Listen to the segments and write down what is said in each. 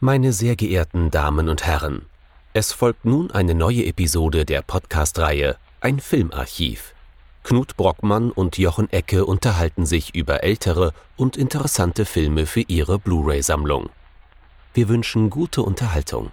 Meine sehr geehrten Damen und Herren, es folgt nun eine neue Episode der Podcast-Reihe Ein Filmarchiv. Knut Brockmann und Jochen Ecke unterhalten sich über ältere und interessante Filme für ihre Blu-ray-Sammlung. Wir wünschen gute Unterhaltung.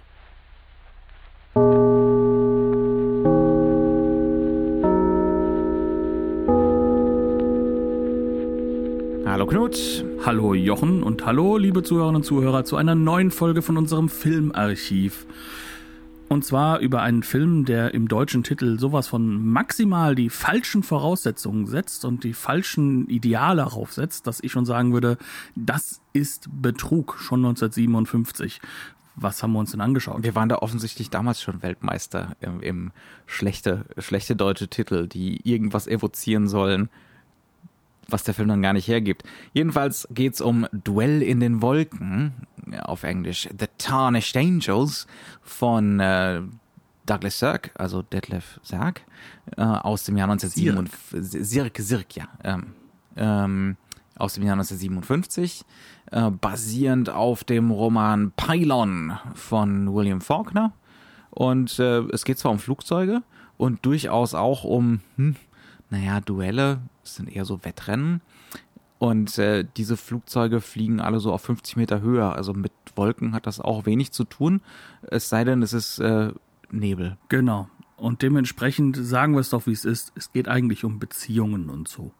Hallo Knut. Hallo Jochen und hallo liebe Zuhörerinnen und Zuhörer zu einer neuen Folge von unserem Filmarchiv. Und zwar über einen Film, der im deutschen Titel sowas von maximal die falschen Voraussetzungen setzt und die falschen Ideale darauf setzt, dass ich schon sagen würde, das ist Betrug, schon 1957. Was haben wir uns denn angeschaut? Wir waren da offensichtlich damals schon Weltmeister im schlechte deutsche Titel, die irgendwas evozieren sollen, was der Film dann gar nicht hergibt. Jedenfalls geht's um Duell in den Wolken, auf Englisch The Tarnished Angels von Douglas Sirk, also Detlef Sirk, aus dem Jahr 1957. Aus dem Jahr 1957, basierend auf dem Roman Pylon von William Faulkner. Und es geht zwar um Flugzeuge und durchaus auch um Duelle, das sind eher so Wettrennen. Und diese Flugzeuge fliegen alle so auf 50 Meter Höhe. Also mit Wolken hat das auch wenig zu tun. Es sei denn, es ist Nebel. Genau. Und dementsprechend sagen wir es doch, wie es ist. Es geht eigentlich um Beziehungen und so.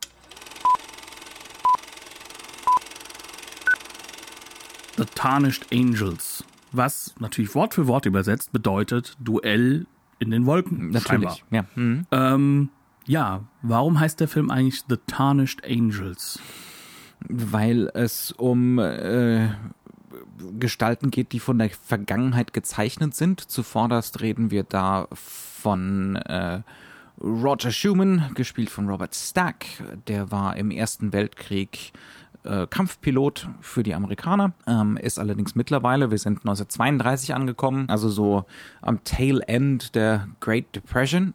The Tarnished Angels. Was natürlich Wort für Wort übersetzt bedeutet Duell in den Wolken. Natürlich, scheinbar. Ja. Ja, warum heißt der Film eigentlich The Tarnished Angels? Weil es um Gestalten geht, die von der Vergangenheit gezeichnet sind. Zuvorderst reden wir da von Roger Schumann, gespielt von Robert Stack. Der war im Ersten Weltkrieg Kampfpilot für die Amerikaner, ist allerdings mittlerweile, wir sind 1932 angekommen, also so am Tail End der Great Depression.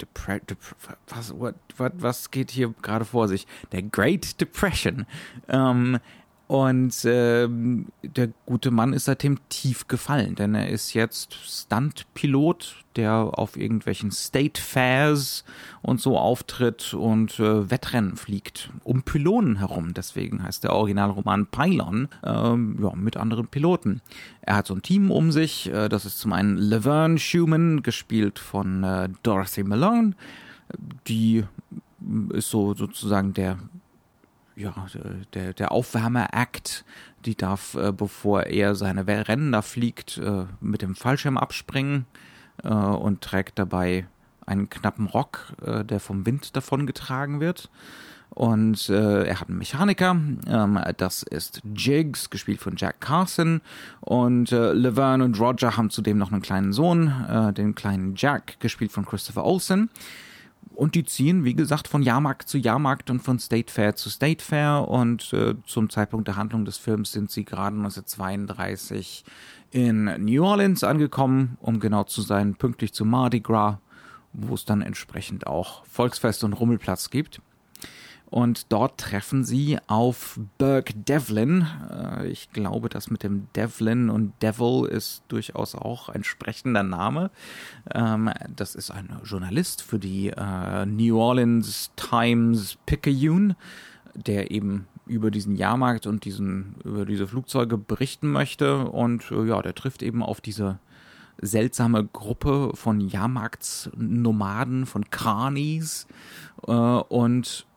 Was geht hier gerade vor sich? Der Great Depression. Und der gute Mann ist seitdem tief gefallen, denn er ist jetzt Stuntpilot, der auf irgendwelchen State Fairs und so auftritt und Wettrennen fliegt um Pylonen herum. Deswegen heißt der Originalroman Pylon, mit anderen Piloten. Er hat so ein Team um sich, das ist zum einen Laverne Schumann, gespielt von Dorothy Malone, die ist so sozusagen der Aufwärmer-Act, die darf, bevor er seine Rennen da fliegt, mit dem Fallschirm abspringen und trägt dabei einen knappen Rock, der vom Wind davongetragen wird. Und er hat einen Mechaniker, das ist Jiggs, gespielt von Jack Carson. Und Laverne und Roger haben zudem noch einen kleinen Sohn, den kleinen Jack, gespielt von Christopher Olsen. Und die ziehen, wie gesagt, von Jahrmarkt zu Jahrmarkt und von State Fair zu State Fair. Und zum Zeitpunkt der Handlung des Films sind sie gerade 1932 in New Orleans angekommen, um genau zu sein, pünktlich zu Mardi Gras, wo es dann entsprechend auch Volksfest und Rummelplatz gibt. Und dort treffen sie auf Burke Devlin. Ich glaube, das mit dem Devlin und Devil ist durchaus auch ein sprechender Name. Das ist ein Journalist für die New Orleans Times-Picayune, der eben über diesen Jahrmarkt und über diese Flugzeuge berichten möchte. Und der trifft eben auf diese seltsame Gruppe von Jahrmarktsnomaden, von Carnies und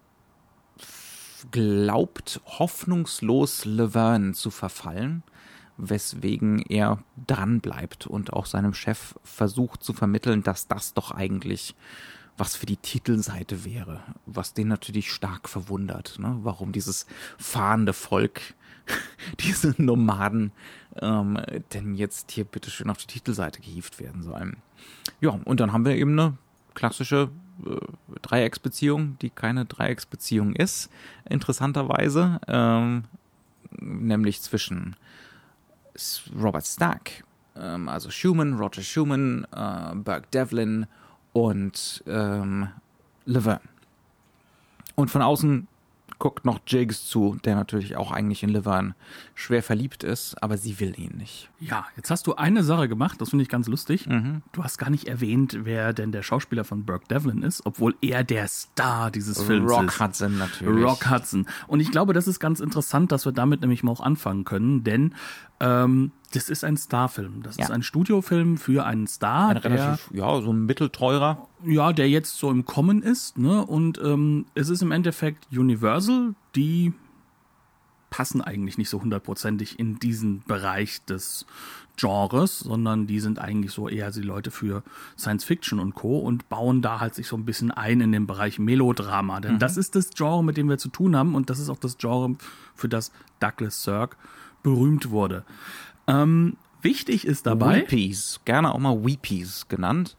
glaubt hoffnungslos Laverne zu verfallen, weswegen er dranbleibt und auch seinem Chef versucht zu vermitteln, dass das doch eigentlich was für die Titelseite wäre, was den natürlich stark verwundert, ne? Warum dieses fahrende Volk, diese Nomaden, denn jetzt hier bitteschön auf die Titelseite gehievt werden sollen. Ja, und dann haben wir eben eine klassische Dreiecksbeziehung, die keine Dreiecksbeziehung ist, interessanterweise, nämlich zwischen Robert Stack, also Schumann, Roger Schumann, Burke Devlin und Laverne. Und von außen guckt noch Jigs zu, der natürlich auch eigentlich in Laverne schwer verliebt ist, aber sie will ihn nicht. Ja, jetzt hast du eine Sache gemacht, das finde ich ganz lustig. Du hast gar nicht erwähnt, wer denn der Schauspieler von Burke Devlin ist, obwohl er der Star dieses Films ist. Rock Hudson natürlich. Rock Hudson. Und ich glaube, das ist ganz interessant, dass wir damit nämlich mal auch anfangen können, denn das ist ein Starfilm. Das ist ein Studiofilm für einen Star. Ein relativ, so ein mittelteurer. Ja, der jetzt so im Kommen ist, ne? Und es ist im Endeffekt Universal, die passen eigentlich nicht so hundertprozentig in diesen Bereich des Genres, sondern die sind eigentlich so eher die Leute für Science Fiction und Co. und bauen da halt sich so ein bisschen ein in den Bereich Melodrama. Denn das ist das Genre, mit dem wir zu tun haben, und das ist auch das Genre, für das Douglas Sirk berühmt wurde. Wichtig ist dabei... Weepies, gerne auch mal Weepies genannt,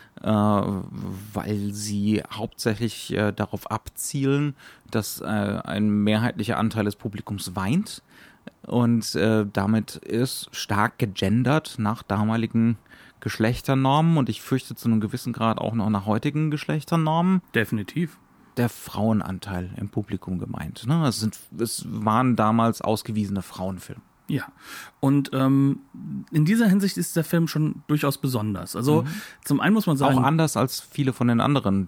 weil sie hauptsächlich darauf abzielen, dass ein mehrheitlicher Anteil des Publikums weint. Und damit ist stark gegendert nach damaligen Geschlechternormen und ich fürchte zu einem gewissen Grad auch noch nach heutigen Geschlechternormen. Definitiv. Der Frauenanteil im Publikum gemeint. Ne? Es waren damals ausgewiesene Frauenfilme. Ja, und in dieser Hinsicht ist der Film schon durchaus besonders. Also zum einen muss man sagen... Auch anders als viele von den anderen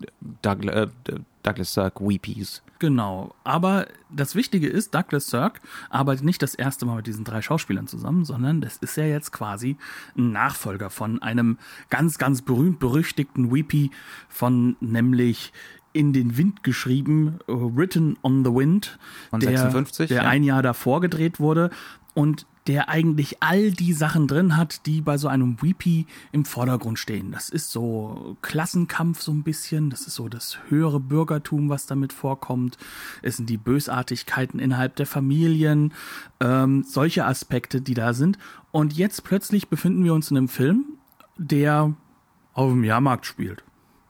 Douglas Sirk Weepies. Genau, aber das Wichtige ist, Douglas Sirk arbeitet nicht das erste Mal mit diesen 3 Schauspielern zusammen, sondern das ist ja jetzt quasi ein Nachfolger von einem ganz, ganz berühmt-berüchtigten Weepie von nämlich In den Wind geschrieben, Written on the Wind, von 56, der ein Jahr davor gedreht wurde und der eigentlich all die Sachen drin hat, die bei so einem Weepie im Vordergrund stehen. Das ist so Klassenkampf so ein bisschen, das ist so das höhere Bürgertum, was damit vorkommt. Es sind die Bösartigkeiten innerhalb der Familien, solche Aspekte, die da sind. Und jetzt plötzlich befinden wir uns in einem Film, der auf dem Jahrmarkt spielt,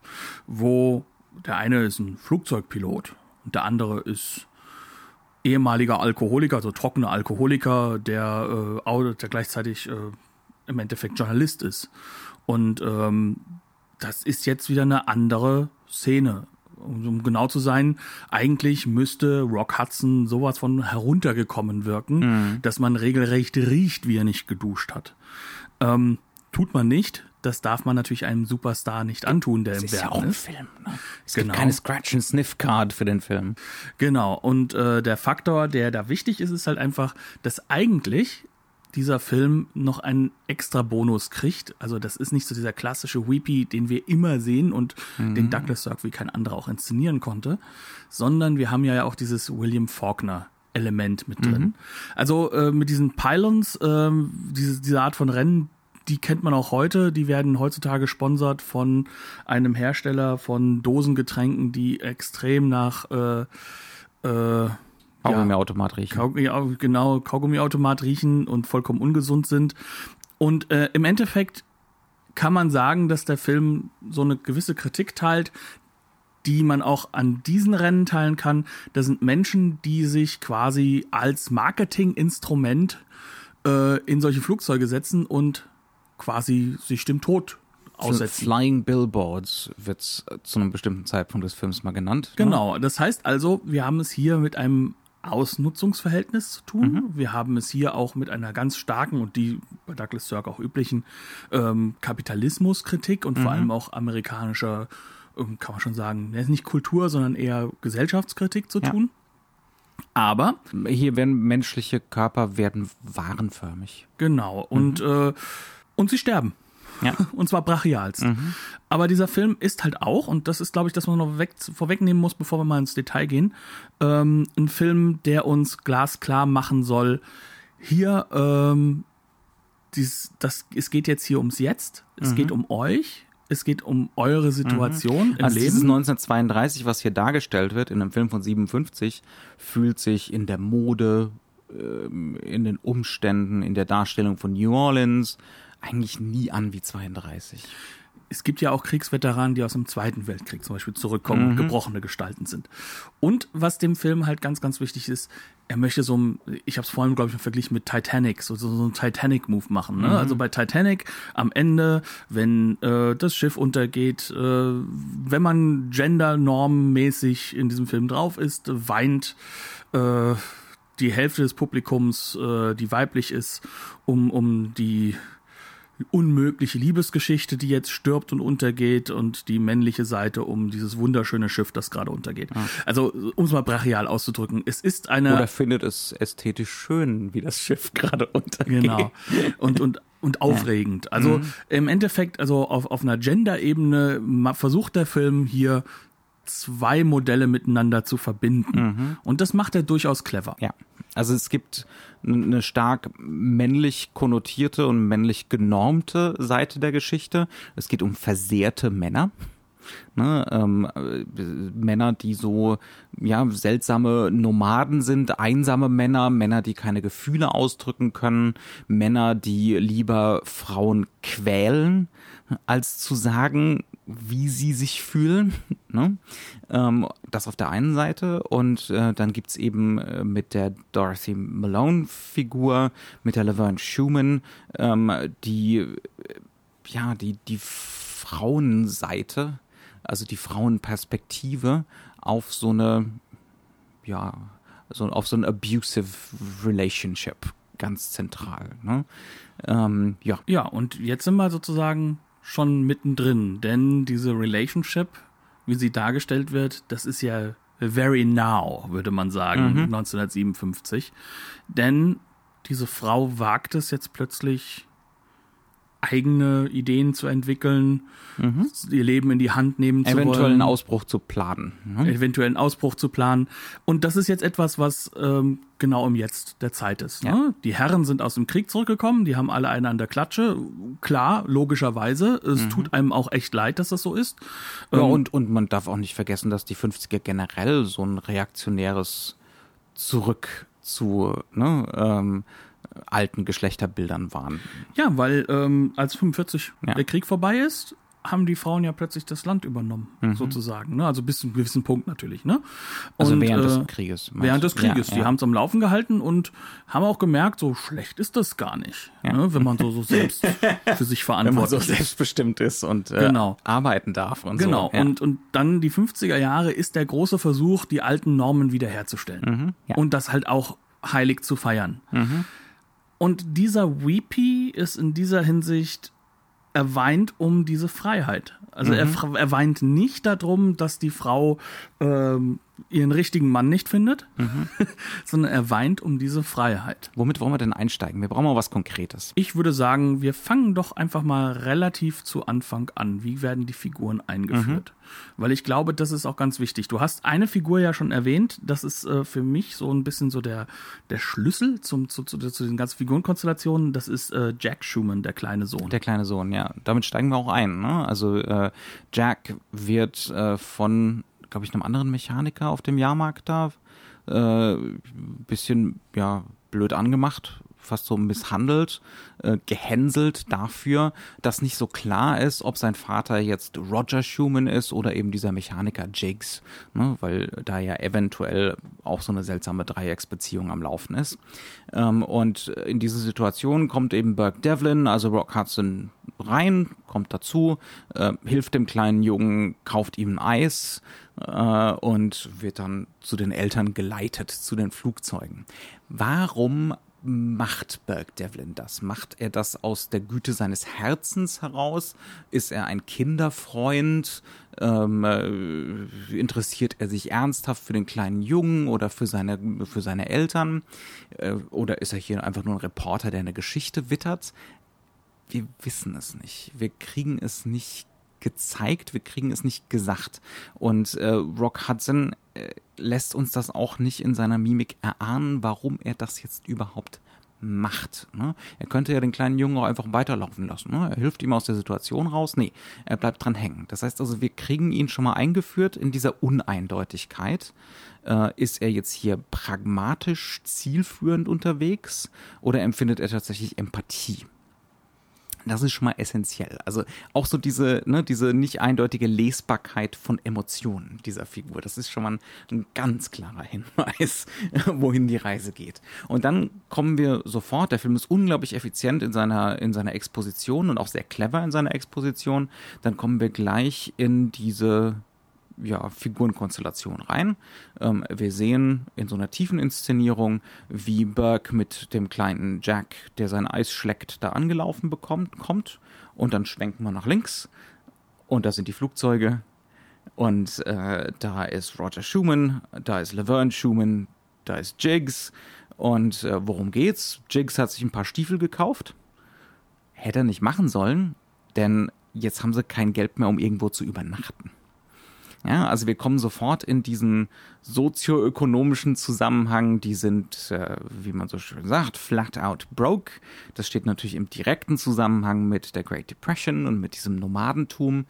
wo der eine ist ein Flugzeugpilot und der andere ist ehemaliger Alkoholiker, also trockener Alkoholiker, der gleichzeitig im Endeffekt Journalist ist. Und das ist jetzt wieder eine andere Szene. Um genau zu sein, eigentlich müsste Rock Hudson sowas von heruntergekommen wirken, dass man regelrecht riecht, wie er nicht geduscht hat. Tut man nicht. Das darf man natürlich einem Superstar nicht antun, der im Werk ist. Das ist ja auch ein Film. Ne? Es gibt keine Scratch-and-Sniff-Card für den Film. Genau. Und der Faktor, der da wichtig ist, ist halt einfach, dass eigentlich dieser Film noch einen extra Bonus kriegt. Also das ist nicht so dieser klassische Weepie, den wir immer sehen und den Douglas Sirk wie kein anderer auch inszenieren konnte, sondern wir haben ja auch dieses William Faulkner Element mit drin. Also mit diesen Pylons, diese Art von Rennen, die kennt man auch heute. Die werden heutzutage gesponsert von einem Hersteller von Dosengetränken, die extrem nach Kaugummiautomat riechen. Genau, Kaugummiautomat riechen und vollkommen ungesund sind. Und im Endeffekt kann man sagen, dass der Film so eine gewisse Kritik teilt, die man auch an diesen Rennen teilen kann. Das sind Menschen, die sich quasi als Marketinginstrument in solche Flugzeuge setzen und quasi sich dem Tod aussetzen. Flying Billboards wird zu einem bestimmten Zeitpunkt des Films mal genannt. Genau, das heißt also, wir haben es hier mit einem Ausnutzungsverhältnis zu tun. Wir haben es hier auch mit einer ganz starken und die bei Douglas Sirk auch üblichen Kapitalismuskritik und vor allem auch amerikanischer, kann man schon sagen, nicht Kultur, sondern eher Gesellschaftskritik zu tun. Aber hier werden menschliche Körper warenförmig. Genau, und sie sterben. Ja. Und zwar brachialst. Aber dieser Film ist halt auch, und das ist, glaube ich, das, was man noch vorwegnehmen muss, bevor wir mal ins Detail gehen, ein Film, der uns glasklar machen soll, hier, es geht jetzt hier ums Jetzt, es geht um euch, es geht um eure Situation im also Leben. Dieses 1932, was hier dargestellt wird, in einem Film von 57, fühlt sich in der Mode, in den Umständen, in der Darstellung von New Orleans eigentlich nie an wie 32. es gibt ja auch Kriegsveteranen, die aus dem Zweiten Weltkrieg zum Beispiel zurückkommen und gebrochene Gestalten sind. Und was dem Film halt ganz, ganz wichtig ist, er möchte ich habe es vorhin, glaube ich, verglichen mit Titanic, so einen Titanic-Move machen. Ne? Also bei Titanic am Ende, wenn das Schiff untergeht, wenn man gendernormmäßig in diesem Film drauf ist, weint die Hälfte des Publikums, die weiblich ist, um die unmögliche Liebesgeschichte, die jetzt stirbt und untergeht, und die männliche Seite um dieses wunderschöne Schiff, das gerade untergeht. Ja. Also, um es mal brachial auszudrücken, es ist eine... Oder findet es ästhetisch schön, wie das Schiff gerade untergeht. Genau. Und aufregend. Also im Endeffekt, also auf einer Gender-Ebene versucht der Film hier 2 Modelle miteinander zu verbinden. Und das macht er durchaus clever. Ja, also es gibt eine stark männlich konnotierte und männlich genormte Seite der Geschichte. Es geht um versehrte Männer. Männer, die so seltsame Nomaden sind, einsame Männer, die keine Gefühle ausdrücken können, Männer, die lieber Frauen quälen, als zu sagen, wie sie sich fühlen. Das auf der einen Seite. Und dann gibt's eben mit der Dorothy Malone-Figur, mit der Laverne Schumann, die Frauenseite, also die Frauenperspektive auf so eine abusive Relationship, ganz zentral. Ne? Ja, und jetzt sind wir sozusagen schon mittendrin, denn diese Relationship, wie sie dargestellt wird, das ist ja very now, würde man sagen, 1957. Denn diese Frau wagt es jetzt plötzlich, eigene Ideen zu entwickeln, ihr Leben in die Hand nehmen zu wollen. Eventuellen Ausbruch zu planen. Eventuellen Ausbruch zu planen. Und das ist jetzt etwas, was genau im Jetzt der Zeit ist. Ne? Ja. Die Herren sind aus dem Krieg zurückgekommen, die haben alle einen an der Klatsche. Klar, logischerweise. Es tut einem auch echt leid, dass das so ist. Ja, und man darf auch nicht vergessen, dass die 50er generell so ein reaktionäres Zurück zu alten Geschlechterbildern waren. Ja, weil als 45 der Krieg vorbei ist, haben die Frauen ja plötzlich das Land übernommen, sozusagen. Ne? Also bis zu einem gewissen Punkt natürlich. Ne? Also während des Krieges. Während des Krieges. Die haben es am Laufen gehalten und haben auch gemerkt, so schlecht ist das gar nicht, ne? Wenn man so selbst für sich verantwortlich ist. Wenn man so selbstbestimmt ist und arbeiten darf und so. Ja. Und dann die 50er Jahre ist der große Versuch, die alten Normen wiederherzustellen. Und das halt auch heilig zu feiern. Und dieser Weepy ist in dieser Hinsicht, er weint um diese Freiheit. Also er weint nicht darum, dass die Frau ihren richtigen Mann nicht findet, sondern er weint um diese Freiheit. Womit wollen wir denn einsteigen? Wir brauchen mal was Konkretes. Ich würde sagen, wir fangen doch einfach mal relativ zu Anfang an. Wie werden die Figuren eingeführt? Weil ich glaube, das ist auch ganz wichtig. Du hast eine Figur ja schon erwähnt. Das ist für mich so ein bisschen so der Schlüssel zu den ganzen Figurenkonstellationen. Das ist Jack Schumann, der kleine Sohn. Der kleine Sohn, ja. Damit steigen wir auch ein. Ne? Also Jack wird von, glaube ich, einem anderen Mechaniker auf dem Jahrmarkt da bisschen blöd angemacht, fast so misshandelt, gehänselt dafür, dass nicht so klar ist, ob sein Vater jetzt Roger Schumann ist oder eben dieser Mechaniker Jiggs, ne, weil da ja eventuell auch so eine seltsame Dreiecksbeziehung am Laufen ist. Und in diese Situation kommt eben Burke Devlin, also Rock Hudson, rein, kommt dazu, hilft dem kleinen Jungen, kauft ihm ein Eis und wird dann zu den Eltern geleitet, zu den Flugzeugen. Warum macht Burke Devlin das? Macht er das aus der Güte seines Herzens heraus? Ist er ein Kinderfreund? Interessiert er sich ernsthaft für den kleinen Jungen oder für seine Eltern? Oder ist er hier einfach nur ein Reporter, der eine Geschichte wittert? Wir wissen es nicht. Wir kriegen es nicht gezeigt, wir kriegen es nicht gesagt. Und Rock Hudson lässt uns das auch nicht in seiner Mimik erahnen, warum er das jetzt überhaupt macht. Ne? Er könnte ja den kleinen Jungen auch einfach weiterlaufen lassen. Ne? Er hilft ihm aus der Situation raus. Nee, er bleibt dran hängen. Das heißt also, wir kriegen ihn schon mal eingeführt in dieser Uneindeutigkeit. Ist er jetzt hier pragmatisch zielführend unterwegs oder empfindet er tatsächlich Empathie? Das ist schon mal essentiell. Also auch so diese nicht eindeutige Lesbarkeit von Emotionen dieser Figur. Das ist schon mal ein ganz klarer Hinweis, wohin die Reise geht. Und dann kommen wir sofort, der Film ist unglaublich effizient in seiner Exposition und auch sehr clever in seiner Exposition. Dann kommen wir gleich in diese Figurenkonstellation rein. Wir sehen in so einer tiefen Inszenierung, wie Burke mit dem kleinen Jack, der sein Eis schleckt, da angelaufen kommt. Und dann schwenken wir nach links. Und da sind die Flugzeuge. Und da ist Roger Schumann, da ist Laverne Schumann, da ist Jiggs. Und worum geht's? Jiggs hat sich ein paar Stiefel gekauft. Hätte er nicht machen sollen, denn jetzt haben sie kein Geld mehr, um irgendwo zu übernachten. Ja, also wir kommen sofort in diesen sozioökonomischen Zusammenhang. Die sind, wie man so schön sagt, flat out broke. Das steht natürlich im direkten Zusammenhang mit der Great Depression und mit diesem Nomadentum.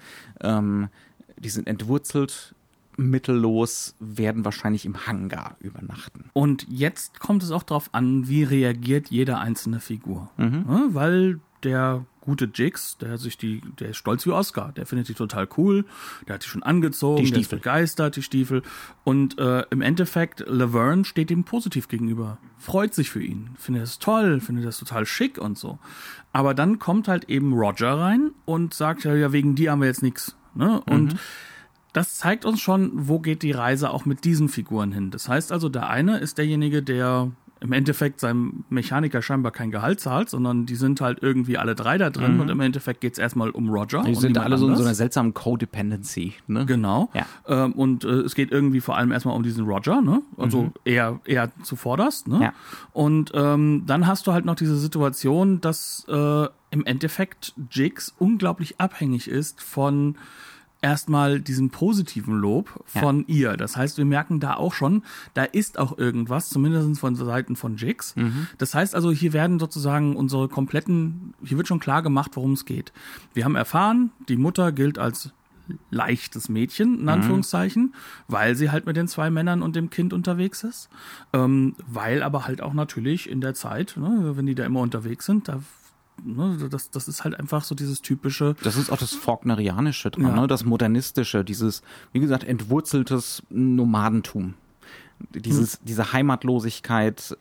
Die sind entwurzelt, mittellos, werden wahrscheinlich im Hangar übernachten. Und jetzt kommt es auch darauf an, wie reagiert jede einzelne Figur. Ja, weil der gute Jiggs, der ist stolz wie Oscar, der findet die total cool, der hat die schon angezogen, der ist begeistert, die Stiefel. Und im Endeffekt, Laverne steht ihm positiv gegenüber, freut sich für ihn, findet das toll, findet das total schick und so. Aber dann kommt halt eben Roger rein und sagt, ja, wegen dir haben wir jetzt nichts. Ne? Und das zeigt uns schon, wo geht die Reise auch mit diesen Figuren hin. Das heißt also, der eine ist derjenige, der im Endeffekt seinem Mechaniker scheinbar kein Gehalt zahlt, sondern die sind halt irgendwie alle drei da drin und im Endeffekt geht's erstmal um Roger. Die sind alle so in so einer seltsamen Codependency. Ne? Genau. Ja. Und es geht irgendwie vor allem erstmal um diesen Roger, ne? Also eher zuvorderst. Ne? Ja. Und dann hast du halt noch diese Situation, dass im Endeffekt Jiggs unglaublich abhängig ist von erstmal diesen positiven Lob von ihr. Das heißt, wir merken da auch schon, da ist auch irgendwas, zumindest von Seiten von Jiggs. Das heißt also, hier werden sozusagen hier wird schon klar gemacht, worum es geht. Wir haben erfahren, die Mutter gilt als leichtes Mädchen, in Anführungszeichen, weil sie halt mit den 2 Männern und dem Kind unterwegs ist. Weil aber halt auch natürlich in der Zeit, ne, wenn die da immer unterwegs sind, das ist halt einfach so dieses typische. Das ist auch das Faulknerianische dran, ne? Das Modernistische, dieses, wie gesagt, entwurzeltes Nomadentum. Diese Heimatlosigkeit,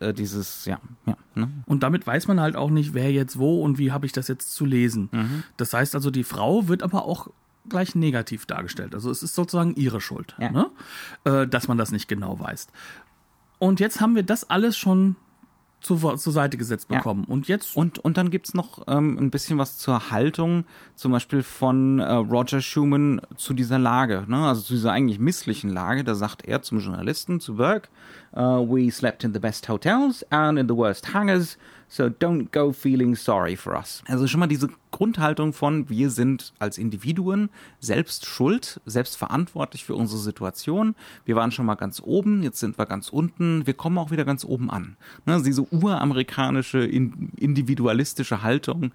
ne? Und damit weiß man halt auch nicht, wer jetzt wo und wie habe ich das jetzt zu lesen. Das heißt also, die Frau wird aber auch gleich negativ dargestellt. Also es ist sozusagen ihre Schuld, ne? Dass man das nicht genau weiß. Und jetzt haben wir das alles schon zur Seite gesetzt bekommen. Und jetzt. Und dann gibt's noch ein bisschen was zur Haltung, zum Beispiel von Roger Schumann zu dieser Lage, ne? Also zu dieser eigentlich misslichen Lage. Da sagt er zum Journalisten, zu Burke, we slept in the best hotels and in the worst hangars, so don't go feeling sorry for us. Also schon mal diese Grundhaltung von, wir sind als Individuen selbst schuld, selbst verantwortlich für unsere Situation. Wir waren schon mal ganz oben, jetzt sind wir ganz unten, wir kommen auch wieder ganz oben an. Ne, also diese uramerikanische, individualistische Haltung,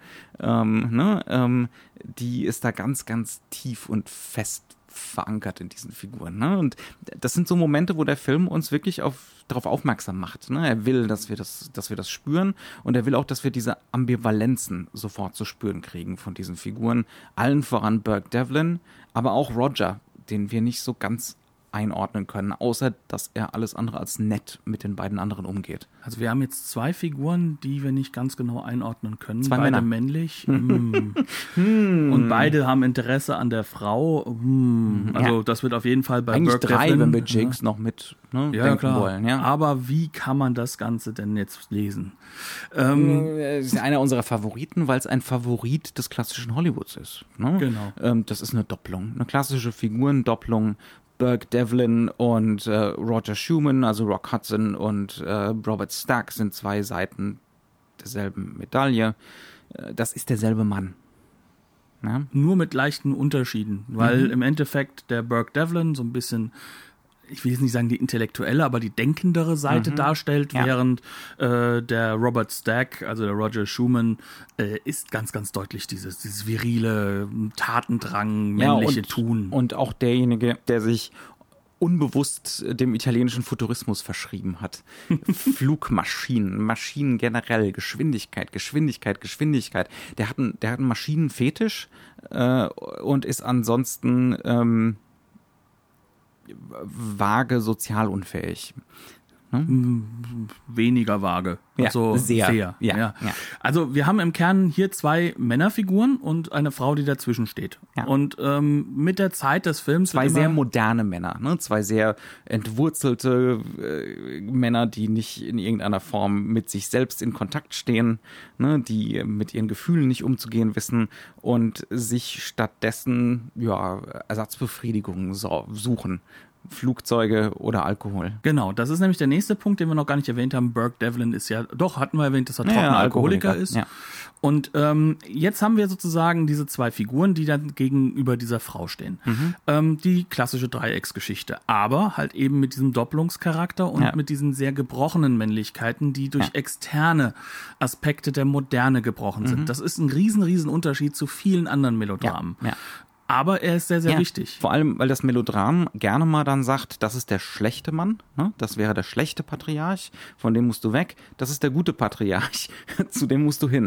die ist da ganz, ganz tief und fest verankert in diesen Figuren. Ne? Und das sind so Momente, wo der Film uns wirklich darauf aufmerksam macht. Ne? Er will, dass wir das spüren, und er will auch, dass wir diese Ambivalenzen sofort zu spüren kriegen von diesen Figuren. Allen voran Burke Devlin, aber auch Roger, den wir nicht so ganz einordnen können, außer dass er alles andere als nett mit den beiden anderen umgeht. Also wir haben jetzt 2 Figuren, die wir nicht ganz genau einordnen können. 2 beide Männer. Männlich. Und beide haben Interesse an der Frau. Also das wird auf jeden Fall bei eigentlich Burke 3, Devlin, wenn wir Jiggs noch mit denken klar. wollen. Ja. Aber wie kann man das Ganze denn jetzt lesen? Das ist einer unserer Favoriten, weil es ein Favorit des klassischen Hollywoods ist. Ne? Genau. Das ist eine Doppelung, eine klassische Figurendoppelung. Burke Devlin und Roger Schumann, also Rock Hudson und Robert Stack sind 2 Seiten derselben Medaille. Das ist derselbe Mann. Ja? Nur mit leichten Unterschieden, weil im Endeffekt der Burke Devlin so ein bisschen, ich will jetzt nicht sagen die intellektuelle, aber die denkendere Seite darstellt, während der Robert Stack, also der Roger Schumann, ist ganz, ganz deutlich dieses virile Tatendrang, männliche Tun. Und auch derjenige, der sich unbewusst dem italienischen Futurismus verschrieben hat. Flugmaschinen, Maschinen generell, Geschwindigkeit. Der hat einen Maschinenfetisch und ist ansonsten vage sozialunfähig. Weniger vage. Ja, Also sehr. Ja. Also wir haben im Kern hier 2 Männerfiguren und eine Frau, die dazwischen steht. Ja. Und mit der Zeit des Films 2 sehr moderne Männer, ne? 2 sehr entwurzelte Männer, die nicht in irgendeiner Form mit sich selbst in Kontakt stehen, ne? Die mit ihren Gefühlen nicht umzugehen wissen und sich stattdessen Ersatzbefriedigungen suchen. Flugzeuge oder Alkohol. Genau, das ist nämlich der nächste Punkt, den wir noch gar nicht erwähnt haben. Burke Devlin ist hatten wir erwähnt, dass er trockener Alkoholiker ist. Ja. Und jetzt haben wir sozusagen diese 2 Figuren, die dann gegenüber dieser Frau stehen. Die klassische Dreiecksgeschichte, aber halt eben mit diesem Doppelungscharakter und mit diesen sehr gebrochenen Männlichkeiten, die durch externe Aspekte der Moderne gebrochen sind. Das ist ein riesen Unterschied zu vielen anderen Melodramen. Ja. Aber er ist sehr, sehr wichtig. Vor allem, weil das Melodram gerne mal dann sagt, das ist der schlechte Mann, ne? Das wäre der schlechte Patriarch, von dem musst du weg. Das ist der gute Patriarch, zu dem musst du hin.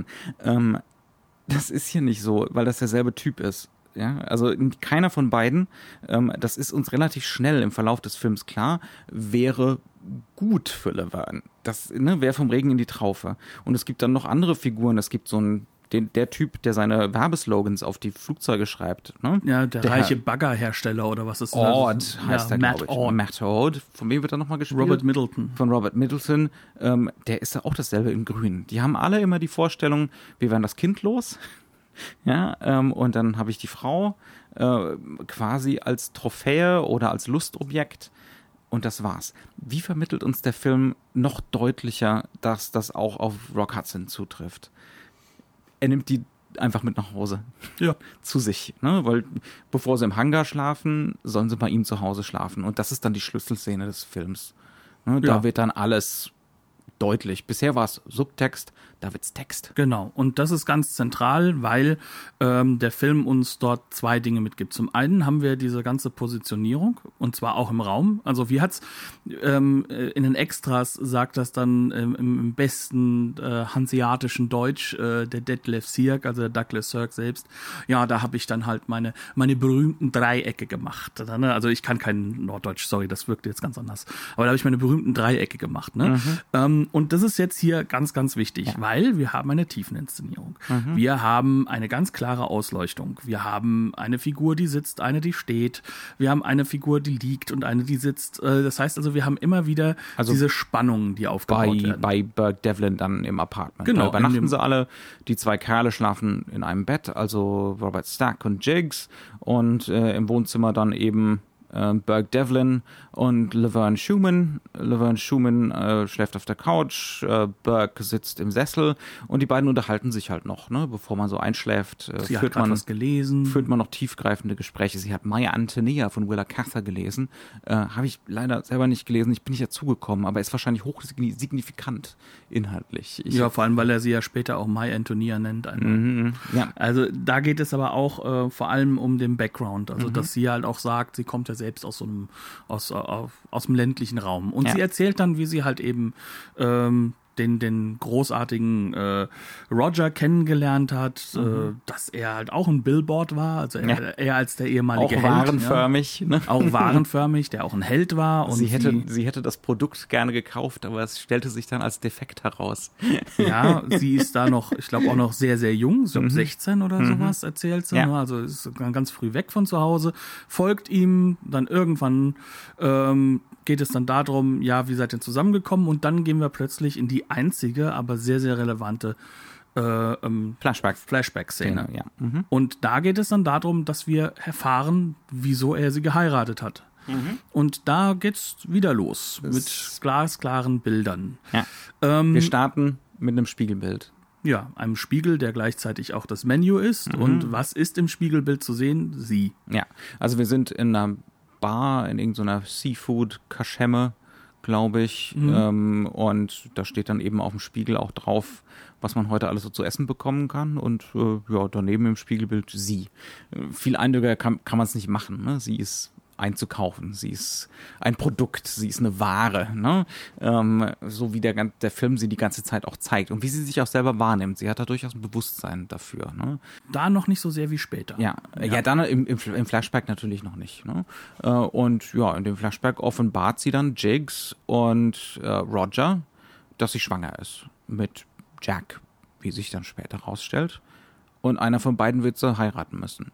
Das ist hier nicht so, weil das derselbe Typ ist. Ja, also keiner von beiden, das ist uns relativ schnell im Verlauf des Films klar, wäre gut für Laverne. Das wäre vom Regen in die Traufe. Und es gibt dann noch andere Figuren. Es gibt so der Typ, der seine Werbeslogans auf die Flugzeuge schreibt. Ne? Ja, der reiche Baggerhersteller oder was ist das? Ord heißt der, glaube ich. Matt Ord. Von wem wird er nochmal gespielt? Robert Middleton. Von Robert Middleton. Der ist ja auch dasselbe in Grün. Die haben alle immer die Vorstellung, wir werden das Kind los. Ja, und dann habe ich die Frau quasi als Trophäe oder als Lustobjekt. Und das war's. Wie vermittelt uns der Film noch deutlicher, dass das auch auf Rock Hudson zutrifft? Er nimmt die einfach mit nach Hause. Ja. Zu sich. Ne? Weil bevor sie im Hangar schlafen, sollen sie bei ihm zu Hause schlafen. Und das ist dann die Schlüsselszene des Films. Ne? Da wird dann alles deutlich. Bisher war es Subtext, da wird's Text. Genau, und das ist ganz zentral, weil der Film uns dort 2 Dinge mitgibt. Zum einen haben wir diese ganze Positionierung, und zwar auch im Raum. Also wie hat's in den Extras, sagt das dann im besten hanseatischen Deutsch der Detlef Sierck, also der Douglas Sirk selbst. Ja, da habe ich dann halt meine berühmten Dreiecke gemacht. Also ich kann kein Norddeutsch, sorry, das wirkt jetzt ganz anders. Aber da habe ich meine berühmten Dreiecke gemacht. Ne? Und das ist jetzt hier ganz, ganz wichtig, weil wir haben eine Tiefeninszenierung. Wir haben eine ganz klare Ausleuchtung. Wir haben eine Figur, die sitzt, eine, die steht. Wir haben eine Figur, die liegt und eine, die sitzt. Das heißt also, wir haben immer wieder diese Spannungen, die aufgebaut werden. Bei Burke Devlin dann im Apartment. Genau. Da übernachten sie alle. Die 2 Kerle schlafen in einem Bett, also Robert Stack und Jiggs. Und im Wohnzimmer dann eben Burke Devlin und Laverne Schumann. Laverne Schumann schläft auf der Couch, Burke sitzt im Sessel und die beiden unterhalten sich halt noch, ne? Bevor man so einschläft. Sie hat was gelesen. Führt man noch tiefgreifende Gespräche. Sie hat Maya Antonia von Willa Cather gelesen. Habe ich leider selber nicht gelesen. Ich bin nicht dazugekommen, aber ist wahrscheinlich hochsignifikant inhaltlich. Vor allem, weil er sie ja später auch Maya Antonia nennt. Ja. Also da geht es aber auch vor allem um den Background. Also dass sie halt auch sagt, sie kommt ja selbst aus dem ländlichen Raum. Und sie erzählt dann, wie sie halt eben den großartigen Roger kennengelernt hat, dass er halt auch ein Billboard war, also er als der ehemalige auch Held. Warenförmig. Ne? Auch warenförmig, der auch ein Held war. Und sie hätte das Produkt gerne gekauft, aber es stellte sich dann als defekt heraus. Ja, sie ist da noch, ich glaube auch noch sehr, sehr jung, ich glaube 16 oder sowas erzählt sie. Ja. Also ist ganz früh weg von zu Hause, folgt ihm, dann irgendwann geht es dann darum, ja, wie seid ihr zusammengekommen? Und dann gehen wir plötzlich in die einzige, aber sehr, sehr relevante Flashback-Szene. Ja. Und da geht es dann darum, dass wir erfahren, wieso er sie geheiratet hat. Und da geht's wieder los mit glasklaren Bildern. Ja. Wir starten mit einem Spiegelbild. Ja, einem Spiegel, der gleichzeitig auch das Menü ist. Und was ist im Spiegelbild zu sehen? Sie. Ja, also wir sind in einer Bar, in irgendeiner Seafood-Kaschemme, glaube ich. Und da steht dann eben auf dem Spiegel auch drauf, was man heute alles so zu essen bekommen kann. Und daneben im Spiegelbild sie. Viel eindrücklicher kann man es nicht machen. Ne? Sie ist einzukaufen. Sie ist ein Produkt, sie ist eine Ware, ne? So wie der Film sie die ganze Zeit auch zeigt und wie sie sich auch selber wahrnimmt. Sie hat da durchaus ein Bewusstsein dafür. Ne? Da noch nicht so sehr wie später. Ja, dann im Flashback natürlich noch nicht. Ne? Und ja, in dem Flashback offenbart sie dann Jiggs und Roger, dass sie schwanger ist mit Jack, wie sich dann später rausstellt. Und einer von beiden wird sie heiraten müssen.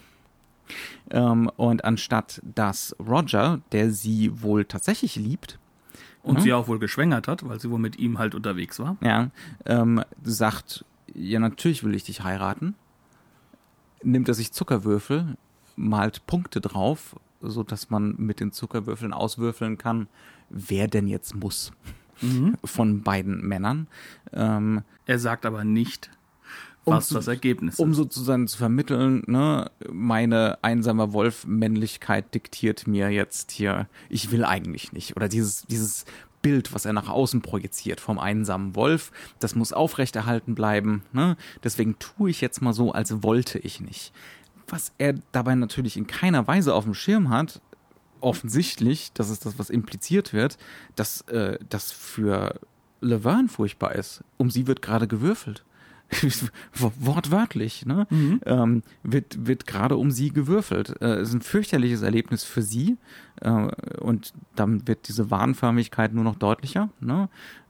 Und anstatt dass Roger, der sie wohl tatsächlich liebt, und sie auch wohl geschwängert hat, weil sie wohl mit ihm halt unterwegs war. Ja, sagt, ja, natürlich will ich dich heiraten. Nimmt er sich Zuckerwürfel, malt Punkte drauf, sodass man mit den Zuckerwürfeln auswürfeln kann, wer denn jetzt muss von beiden Männern. Er sagt aber nicht, was das Ergebnis ist. Um sozusagen zu vermitteln, ne, meine einsamer Wolf-Männlichkeit diktiert mir jetzt hier, ich will eigentlich nicht. Oder dieses Bild, was er nach außen projiziert vom einsamen Wolf, das muss aufrechterhalten bleiben. Ne? Deswegen tue ich jetzt mal so, als wollte ich nicht. Was er dabei natürlich in keiner Weise auf dem Schirm hat, offensichtlich, das ist das, was impliziert wird, dass das für Laverne furchtbar ist. Um sie wird gerade gewürfelt. Wortwörtlich, ne? Wird gerade um sie gewürfelt. Ist ein fürchterliches Erlebnis für sie und dann wird diese Wahnförmigkeit nur noch deutlicher. Ne?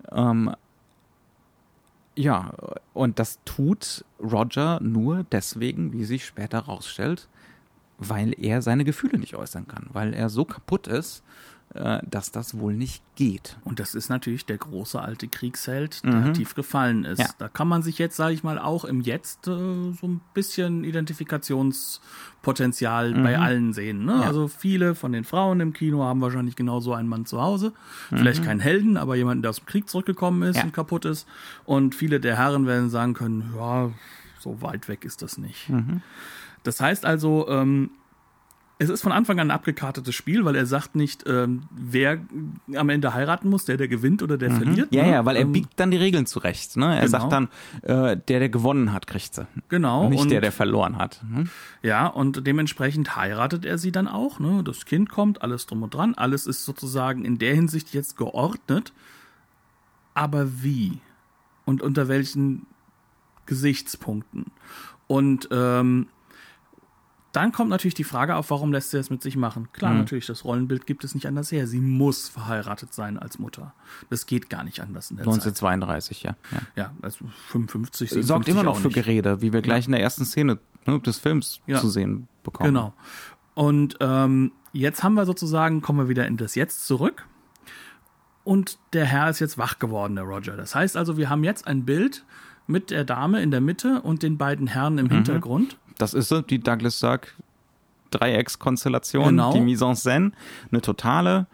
Ja, und das tut Roger nur deswegen, wie sich später rausstellt, weil er seine Gefühle nicht äußern kann, weil er so kaputt ist, dass das wohl nicht geht. Und das ist natürlich der große alte Kriegsheld, der tief gefallen ist. Ja. Da kann man sich jetzt, sage ich mal, auch im Jetzt so ein bisschen Identifikationspotenzial bei allen sehen. Ne? Ja. Also viele von den Frauen im Kino haben wahrscheinlich genau so einen Mann zu Hause. Vielleicht keinen Helden, aber jemanden, der aus dem Krieg zurückgekommen ist und kaputt ist. Und viele der Herren werden sagen können, ja, so weit weg ist das nicht. Das heißt also, es ist von Anfang an ein abgekartetes Spiel, weil er sagt nicht, wer am Ende heiraten muss, der gewinnt oder der verliert. Ja, ne? Ja, weil er biegt dann die Regeln zurecht. Ne? Er sagt dann, der gewonnen hat, kriegt sie. Genau. Nicht der verloren hat. Ja, und dementsprechend heiratet er sie dann auch. Ne? Das Kind kommt, alles drum und dran. Alles ist sozusagen in der Hinsicht jetzt geordnet. Aber wie? Und unter welchen Gesichtspunkten? Und dann kommt natürlich die Frage auf, warum lässt sie das mit sich machen? Klar, natürlich, das Rollenbild gibt es nicht anders her. Sie muss verheiratet sein als Mutter. Das geht gar nicht anders in der 1932, Zeit. Ja, also 55, 57 sorgt immer noch für Gerede, wie wir gleich in der ersten Szene des Films zu sehen bekommen. Genau. Und jetzt haben wir sozusagen, kommen wir wieder in das Jetzt zurück. Und der Herr ist jetzt wach geworden, der Roger. Das heißt also, wir haben jetzt ein Bild mit der Dame in der Mitte und den beiden Herren im Hintergrund. Das ist die Douglas Sirk Dreieckskonstellation, die Mise en Scène, eine totale,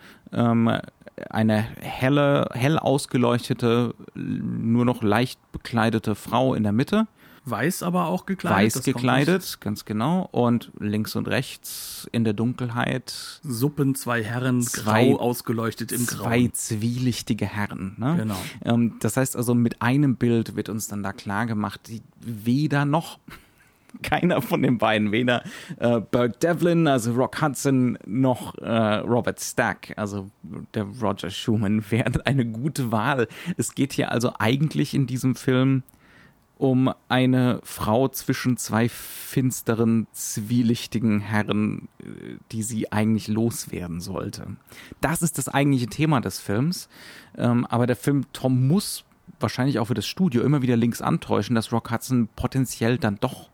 eine hell ausgeleuchtete, nur noch leicht bekleidete Frau in der Mitte. Weiß aber auch gekleidet. Weiß gekleidet, ganz genau. Und links und rechts in der Dunkelheit. Suppen, zwei Herren, grau ausgeleuchtet im Grau. Zwei zwielichtige Herren. Ne? Genau. Das heißt also, mit einem Bild wird uns dann da klar gemacht, weder noch keiner von den beiden, weder Burke Devlin, also Rock Hudson, noch Robert Stack, also der Roger Schumann, wäre eine gute Wahl. Es geht hier also eigentlich in diesem Film um eine Frau zwischen zwei finsteren, zwielichtigen Herren, die sie eigentlich loswerden sollte. Das ist das eigentliche Thema des Films. Aber der Film Tom muss wahrscheinlich auch für das Studio immer wieder links antäuschen, dass Rock Hudson potenziell dann doch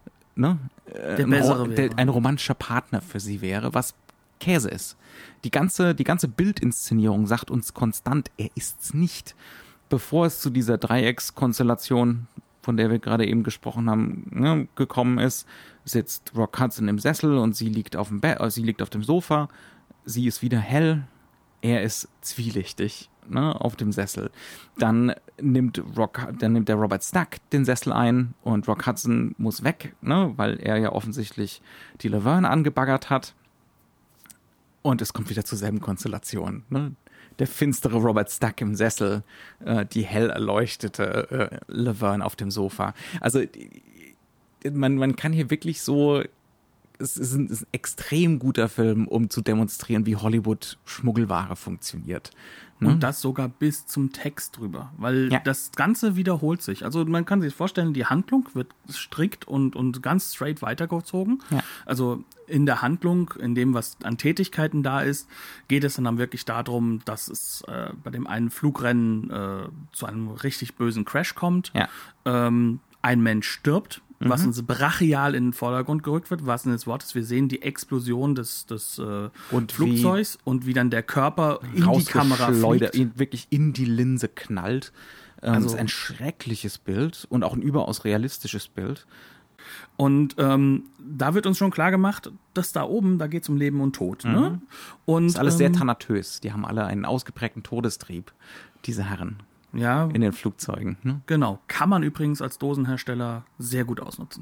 ein romantischer Partner für sie wäre, was Käse ist. Die ganze Bildinszenierung sagt uns konstant, er ist's nicht. Bevor es zu dieser Dreieckskonstellation, von der wir gerade eben gesprochen haben, gekommen ist, sitzt Rock Hudson im Sessel und sie liegt auf dem sie liegt auf dem Sofa. Sie ist wieder hell, er ist zwielichtig, auf dem Sessel. Dann nimmt der Robert Stack den Sessel ein und Rock Hudson muss weg, weil er ja offensichtlich die Laverne angebaggert hat. Und es kommt wieder zur selben Konstellation. Der finstere Robert Stack im Sessel, die hell erleuchtete Laverne auf dem Sofa. Also man kann hier wirklich so es ist ein extrem guter Film, um zu demonstrieren, wie Hollywood-Schmuggelware funktioniert. Ne? Und das sogar bis zum Text drüber, weil das Ganze wiederholt sich. Also man kann sich vorstellen, die Handlung wird strikt und ganz straight weitergezogen. Ja. Also in der Handlung, in dem, was an Tätigkeiten da ist, geht es dann wirklich darum, dass es bei dem einen Flugrennen zu einem richtig bösen Crash kommt. Ja. Ein Mensch stirbt, was uns brachial in den Vordergrund gerückt wird, was des Wortes. Wir sehen die Explosion des Flugzeugs und wie dann der Körper in die Kamera fliegt. Wirklich in die Linse knallt. Also, das ist ein schreckliches Bild und auch ein überaus realistisches Bild. Und da wird uns schon klar gemacht, dass da oben, da geht es um Leben und Tod. Ne? Und, das ist alles sehr thanatös. Die haben alle einen ausgeprägten Todestrieb, diese Herren. Ja, in den Flugzeugen. Ne? Genau. Kann man übrigens als Dosenhersteller sehr gut ausnutzen.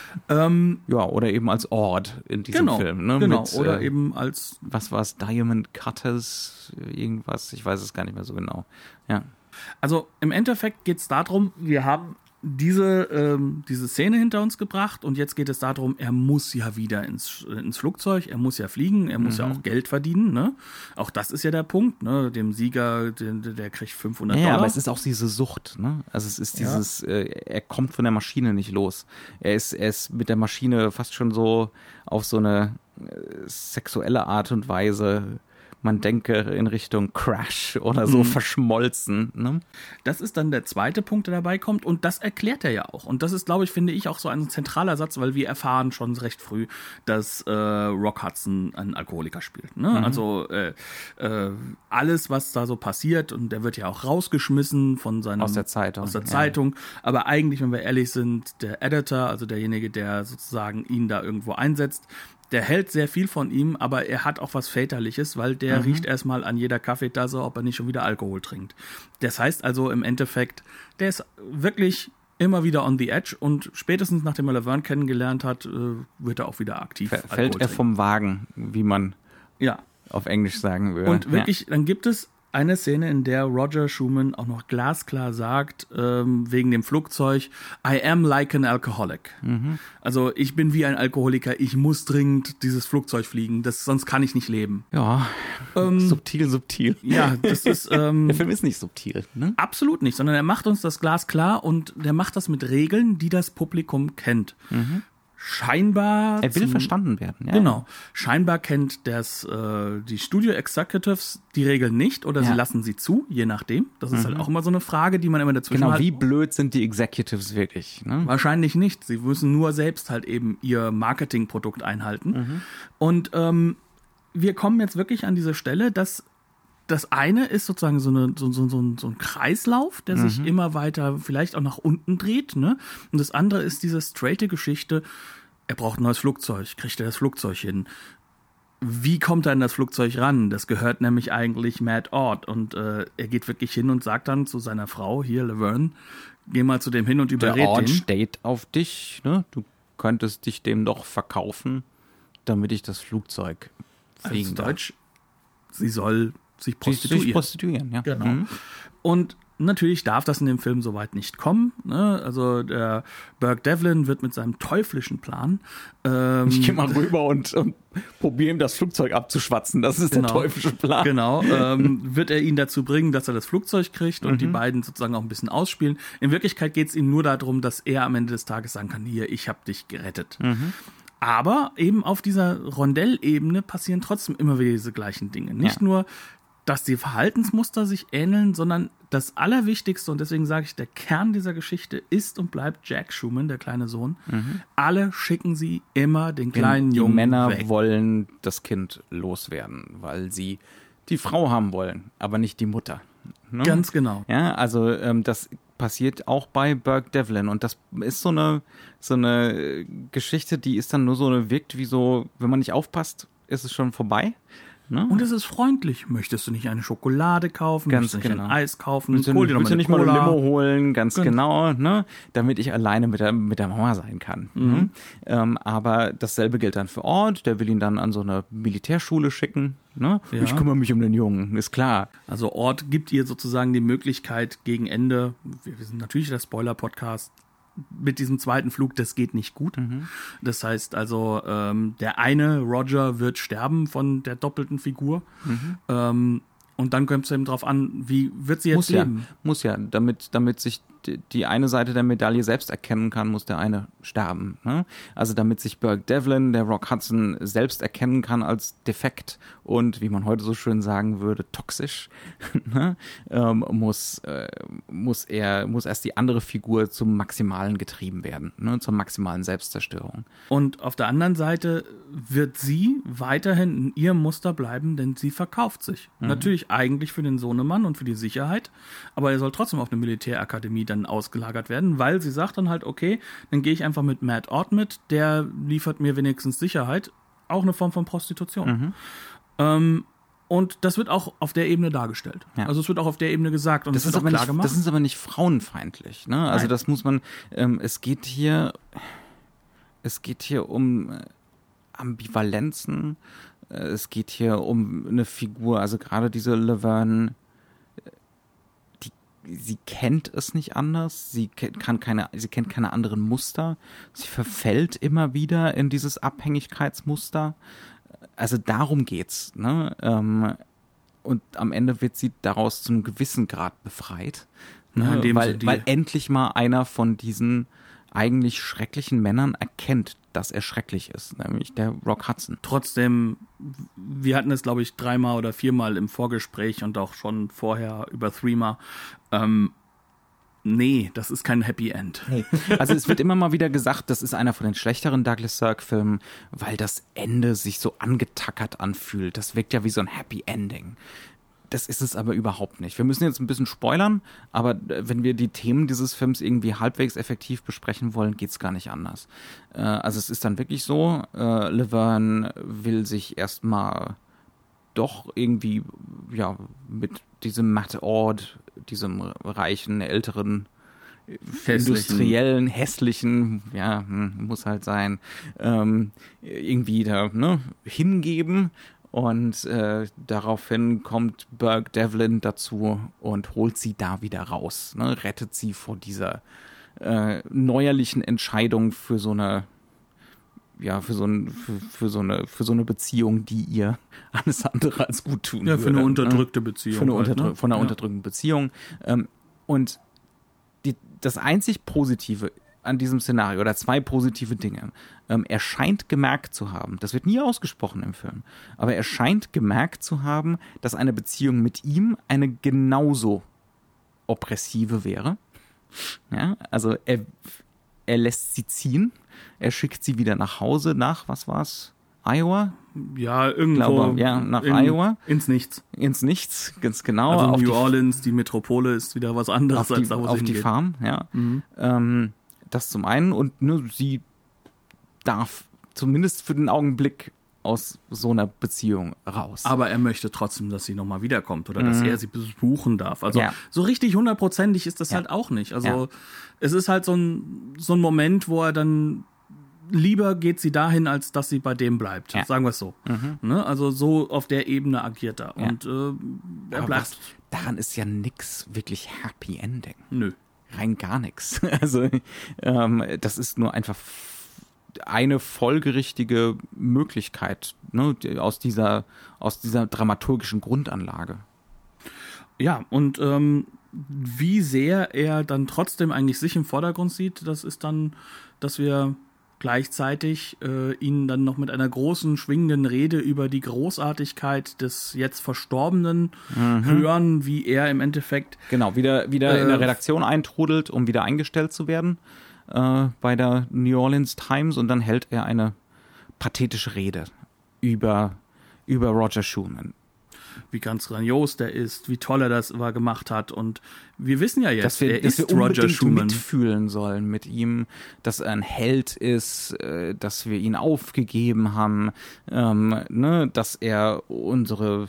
Oder eben als Ort in diesem Film. Ne? Genau, oder eben als... Was war es? Diamond Cutters? Irgendwas? Ich weiß es gar nicht mehr so genau. Ja. Also im Endeffekt geht es darum, wir haben diese Szene hinter uns gebracht und jetzt geht es darum, er muss ja wieder ins Flugzeug, er muss ja fliegen, er muss ja auch Geld verdienen, ne? Auch das ist ja der Punkt, ne? Dem Sieger, der kriegt $500. Ja, aber es ist auch diese Sucht, ne? Also es ist dieses, er kommt von der Maschine nicht los. Er ist mit der Maschine fast schon so auf so eine sexuelle Art und Weise, man denke in Richtung Crash oder so verschmolzen. Ne? Das ist dann der zweite Punkt, der dabei kommt und das erklärt er ja auch. Und das ist, glaube ich, finde ich, auch so ein zentraler Satz, weil wir erfahren schon recht früh, dass Rock Hudson ein Alkoholiker spielt. Ne? Also alles, was da so passiert, und der wird ja auch rausgeschmissen von seinem... Aus der Zeitung. Aber eigentlich, wenn wir ehrlich sind, der Editor, also derjenige, der sozusagen ihn da irgendwo einsetzt, der hält sehr viel von ihm, aber er hat auch was Väterliches, weil der riecht erstmal an jeder Kaffeetasse, ob er nicht schon wieder Alkohol trinkt. Das heißt also im Endeffekt, der ist wirklich immer wieder on the edge und spätestens nachdem er Laverne kennengelernt hat, wird er auch wieder aktiv. Fällt er vom Wagen, wie man auf Englisch sagen würde. Und wirklich, dann gibt es eine Szene, in der Roger Schumann auch noch glasklar sagt, wegen dem Flugzeug, I am like an alcoholic. Also ich bin wie ein Alkoholiker, ich muss dringend dieses Flugzeug fliegen, sonst kann ich nicht leben. Ja, subtil. Ja, das ist... der Film ist nicht subtil, ne? Absolut nicht, sondern er macht uns das glasklar und der macht das mit Regeln, die das Publikum kennt. Scheinbar... Er will verstanden werden. Ja. Genau. Scheinbar kennt die Studio Executives die Regeln nicht oder sie lassen sie zu, je nachdem. Das ist halt auch immer so eine Frage, die man immer dazwischen hat. Genau, wie blöd sind die Executives wirklich? Ne? Wahrscheinlich nicht. Sie müssen nur selbst halt eben ihr Marketingprodukt einhalten. Und wir kommen jetzt wirklich an diese Stelle, dass das eine ist sozusagen so ein Kreislauf, der sich immer weiter vielleicht auch nach unten dreht. Ne? Und das andere ist diese straighte Geschichte, er braucht ein neues Flugzeug, kriegt er das Flugzeug hin? Wie kommt er an das Flugzeug ran? Das gehört nämlich eigentlich Matt Ord. Und er geht wirklich hin und sagt dann zu seiner Frau, hier, Laverne, geh mal zu dem hin und überred den. Der Ord steht auf dich, ne? Du könntest dich dem doch verkaufen, damit ich das Flugzeug fliegen darf. Deutsch, sie soll sich prostituieren. Ja. Genau. Und natürlich darf das in dem Film soweit nicht kommen. Ne? Also der Burke Devlin wird mit seinem teuflischen Plan... ich gehe mal rüber und probiere ihm das Flugzeug abzuschwatzen. Das ist der teuflische Plan. Genau. Wird er ihn dazu bringen, dass er das Flugzeug kriegt und die beiden sozusagen auch ein bisschen ausspielen. In Wirklichkeit geht es ihm nur darum, dass er am Ende des Tages sagen kann, hier, ich habe dich gerettet. Aber eben auf dieser Rondellebene passieren trotzdem immer wieder diese gleichen Dinge. Nicht nur, dass die Verhaltensmuster sich ähneln, sondern das Allerwichtigste, und deswegen sage ich, der Kern dieser Geschichte ist und bleibt Jack Schumann, der kleine Sohn. Alle schicken sie immer den kleinen Jungen weg. Die Männer wollen das Kind loswerden, weil sie die Frau haben wollen, aber nicht die Mutter. Ne? Ganz genau. Ja, also das passiert auch bei Burke Devlin und das ist so eine Geschichte, die ist dann nur so wirkt wie so, wenn man nicht aufpasst, ist es schon vorbei. Ne? Und es ist freundlich. Möchtest du nicht eine Schokolade kaufen? Möchtest du nicht ein Eis kaufen? Willst du nicht mal eine Limo holen? Ganz genau, ne? Damit ich alleine mit der Mama sein kann. Ne? Aber dasselbe gilt dann für Ord. Der will ihn dann an so eine Militärschule schicken. Ne? Ja. Ich kümmere mich um den Jungen, ist klar. Also Ord gibt ihr sozusagen die Möglichkeit gegen Ende, wir sind natürlich der Spoiler-Podcast, mit diesem zweiten Flug, das geht nicht gut. Das heißt also, der eine Roger wird sterben von der doppelten Figur. Und dann kommt es eben drauf an, wie wird sie jetzt leben? Muss ja, damit sich die eine Seite der Medaille selbst erkennen kann, muss der eine sterben. Ne? Also damit sich Burke Devlin, der Rock Hudson, selbst erkennen kann als defekt und, wie man heute so schön sagen würde, toxisch, ne? muss erst die andere Figur zum Maximalen getrieben werden, ne? Zur maximalen Selbstzerstörung. Und auf der anderen Seite wird sie weiterhin in ihrem Muster bleiben, denn sie verkauft sich. Natürlich eigentlich für den Sohnemann und für die Sicherheit, aber er soll trotzdem auf eine Militärakademie dann ausgelagert werden, weil sie sagt dann halt, okay, dann gehe ich einfach mit Matt Ord mit, der liefert mir wenigstens Sicherheit, auch eine Form von Prostitution. Und das wird auch auf der Ebene dargestellt. Ja. Also es wird auch auf der Ebene gesagt und das wird auch klar gemacht. Das ist aber nicht frauenfeindlich. Ne? Also das muss man, es geht hier um Ambivalenzen, es geht hier um eine Figur, also gerade diese Laverne, sie kennt es nicht anders, sie kennt keine anderen Muster, sie verfällt immer wieder in dieses Abhängigkeitsmuster. Also darum geht's, ne? Und am Ende wird sie daraus zu einem gewissen Grad befreit, ne? Ja, weil endlich mal einer von diesen eigentlich schrecklichen Männern erkennt, dass er schrecklich ist, nämlich der Rock Hudson. Trotzdem, wir hatten es, glaube ich, 3-mal oder 4-mal im Vorgespräch und auch schon vorher über Threema. Nee, das ist kein Happy End. Nee. Also es wird immer mal wieder gesagt, das ist einer von den schlechteren Douglas Sirk-Filmen, weil das Ende sich so angetackert anfühlt. Das wirkt ja wie so ein Happy Ending. Das ist es aber überhaupt nicht. Wir müssen jetzt ein bisschen spoilern, aber wenn wir die Themen dieses Films irgendwie halbwegs effektiv besprechen wollen, geht's gar nicht anders. Also es ist dann wirklich so, Laverne will sich erstmal doch irgendwie, ja, mit diesem Matt Ord, diesem reichen, älteren, industriellen, hässlichen, ja, muss halt sein, irgendwie da, ne, hingeben. Und daraufhin kommt Burke Devlin dazu und holt sie da wieder raus, ne? Rettet sie vor dieser neuerlichen Entscheidung für so eine, ja, für so eine Beziehung, die ihr alles andere als gut tun würde. Ja, für eine unterdrückte Beziehung. Von einer unterdrückten Beziehung. Und das einzig Positive an diesem Szenario, oder 2 positive Dinge. Er scheint gemerkt zu haben, das wird nie ausgesprochen im Film, aber er scheint gemerkt zu haben, dass eine Beziehung mit ihm eine genauso oppressive wäre. Ja, also er lässt sie ziehen, er schickt sie wieder nach Hause, nach, was war's? Iowa? Ja, irgendwo. Nach Iowa. Ins Nichts. Ins Nichts, ganz genau. Also New Orleans, die Metropole, ist wieder was anderes als da, wo sie auf die Farm, ja. Das zum einen, und nur sie darf zumindest für den Augenblick aus so einer Beziehung raus. Aber er möchte trotzdem, dass sie nochmal wiederkommt oder dass er sie besuchen darf. Also so richtig 100%ig ist das halt auch nicht. Also es ist halt so ein Moment, wo er dann lieber geht sie dahin, als dass sie bei dem bleibt. Sagen wir es so. Ne? Also so auf der Ebene agiert er. Und er bleibt. Daran ist ja nix wirklich Happy Ending. Nö. Rein gar nichts. Also das ist nur einfach eine folgerichtige Möglichkeit, ne, aus dieser dramaturgischen Grundanlage. Ja, und wie sehr er dann trotzdem eigentlich sich im Vordergrund sieht, das ist dann, dass wir gleichzeitig ihn dann noch mit einer großen, schwingenden Rede über die Großartigkeit des jetzt Verstorbenen hören, wie er im Endeffekt... Genau, wieder in der Redaktion eintrudelt, um wieder eingestellt zu werden bei der New Orleans Times, und dann hält er eine pathetische Rede über Roger Schumann. Wie ganz grandios der ist, wie toll er das gemacht hat. Und wir wissen ja jetzt, dass wir Roger Schumann mitfühlen sollen mit ihm, dass er ein Held ist, dass wir ihn aufgegeben haben, ne, dass er unser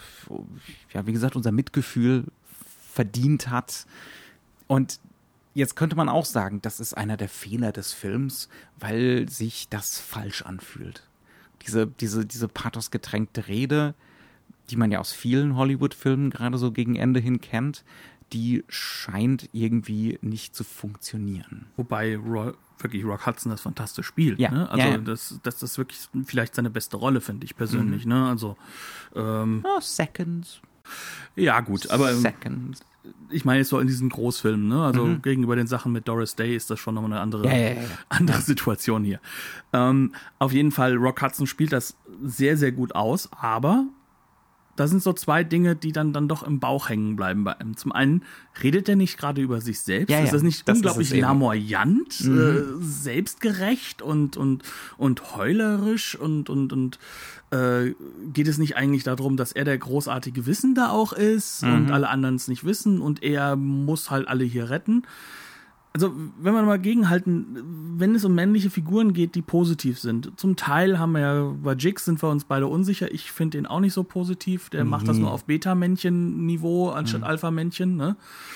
Mitgefühl verdient hat. Und jetzt könnte man auch sagen, das ist einer der Fehler des Films, weil sich das falsch anfühlt. Diese pathosgetränkte Rede, die man ja aus vielen Hollywood-Filmen gerade so gegen Ende hin kennt, die scheint irgendwie nicht zu funktionieren. Wobei wirklich Rock Hudson das fantastisch spielt. Ja. Ne? Also Ja. Das ist wirklich vielleicht seine beste Rolle, finde ich persönlich. Ne? Also Seconds. ja gut, aber Seconds. ich meine jetzt so in diesen Großfilmen, ne? Also gegenüber den Sachen mit Doris Day ist das schon nochmal eine andere Situation hier. Auf jeden Fall, Rock Hudson spielt das sehr, sehr gut aus, aber da sind so zwei Dinge, die dann doch im Bauch hängen bleiben bei ihm. Zum einen, redet er nicht gerade über sich selbst? Ja, ist das nicht das unglaublich ist es eben. lamoyant, selbstgerecht und heulerisch und geht es nicht eigentlich darum, dass er der großartige Wissende auch ist und alle anderen es nicht wissen und er muss halt alle hier retten? Also, wenn wir mal gegenhalten, wenn es um männliche Figuren geht, die positiv sind. Zum Teil haben wir ja, bei Jigs sind wir uns beide unsicher. Ich finde ihn auch nicht so positiv. Der macht das nur auf Beta-Männchen-Niveau anstatt Alpha-Männchen, ne?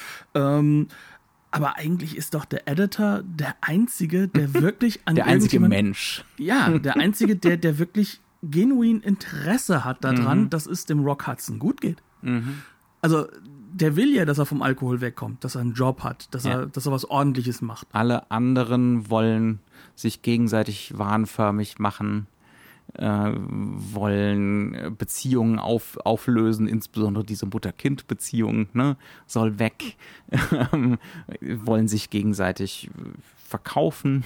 Aber eigentlich ist doch der Editor der Einzige, der wirklich an Der einzige irgendjemand- Mensch. Ja, der Einzige, der wirklich genuin Interesse hat daran, dass es dem Rock Hudson gut geht. Also, der will ja, dass er vom Alkohol wegkommt, dass er einen Job hat, dass er was Ordentliches macht. Alle anderen wollen sich gegenseitig wahnförmig machen, wollen Beziehungen auflösen, insbesondere diese Mutter-Kind-Beziehung, ne, soll weg, wollen sich gegenseitig verkaufen,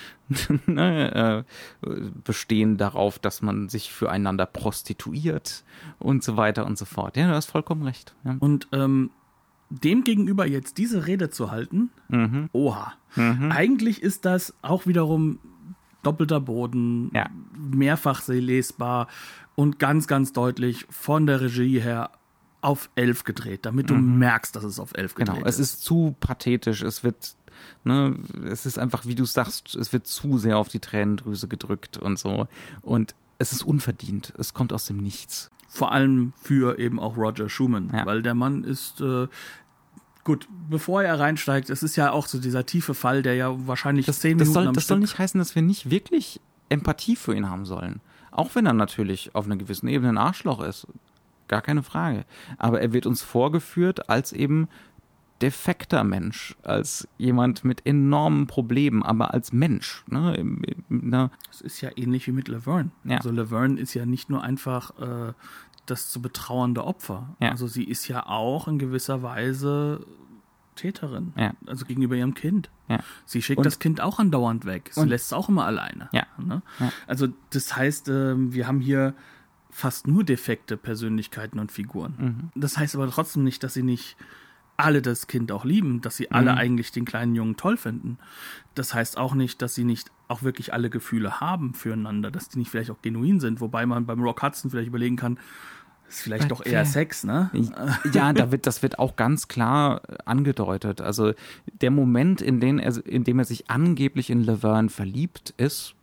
ne, bestehen darauf, dass man sich füreinander prostituiert und so weiter und so fort. Ja, du hast vollkommen recht. Ja. Und dem gegenüber jetzt diese Rede zu halten, oha. Eigentlich ist das auch wiederum doppelter Boden, Ja. mehrfach lesbar und ganz, ganz deutlich von der Regie her auf 11 gedreht, damit du merkst, dass es auf 11 gedreht Genau, es ist zu pathetisch, es ist einfach, wie du sagst, es wird zu sehr auf die Tränendrüse gedrückt und so. Und es ist unverdient, es kommt aus dem Nichts. Vor allem für eben auch Roger Schumann, Ja. weil der Mann ist, gut, bevor er reinsteigt, es ist ja auch so dieser tiefe Fall, der ja wahrscheinlich 10 Minuten am Das soll Stück... nicht heißen, dass wir nicht wirklich Empathie für ihn haben sollen. Auch wenn er natürlich auf einer gewissen Ebene ein Arschloch ist. Gar keine Frage. Aber er wird uns vorgeführt als eben defekter Mensch, als jemand mit enormen Problemen, aber als Mensch. Ne? Es ist ja ähnlich wie mit Laverne. Ja. Also Laverne ist ja nicht nur einfach das zu betrauernde Opfer. Ja. Also sie ist ja auch in gewisser Weise Täterin. Ja. Also gegenüber ihrem Kind. Ja. Sie schickt Und- das Kind auch andauernd weg. Sie und- lässt es auch immer alleine. Ja. Ne? Ja. Also das heißt, wir haben hier fast nur defekte Persönlichkeiten und Figuren. Das heißt aber trotzdem nicht, dass sie nicht alle das Kind auch lieben, dass sie alle eigentlich den kleinen Jungen toll finden. Das heißt auch nicht, dass sie nicht auch wirklich alle Gefühle haben füreinander, dass die nicht vielleicht auch genuin sind, wobei man beim Rock Hudson vielleicht überlegen kann, ist vielleicht doch eher Sex, ne? Ja, das wird auch ganz klar angedeutet. Also der Moment, in dem er sich angeblich in Laverne verliebt ist,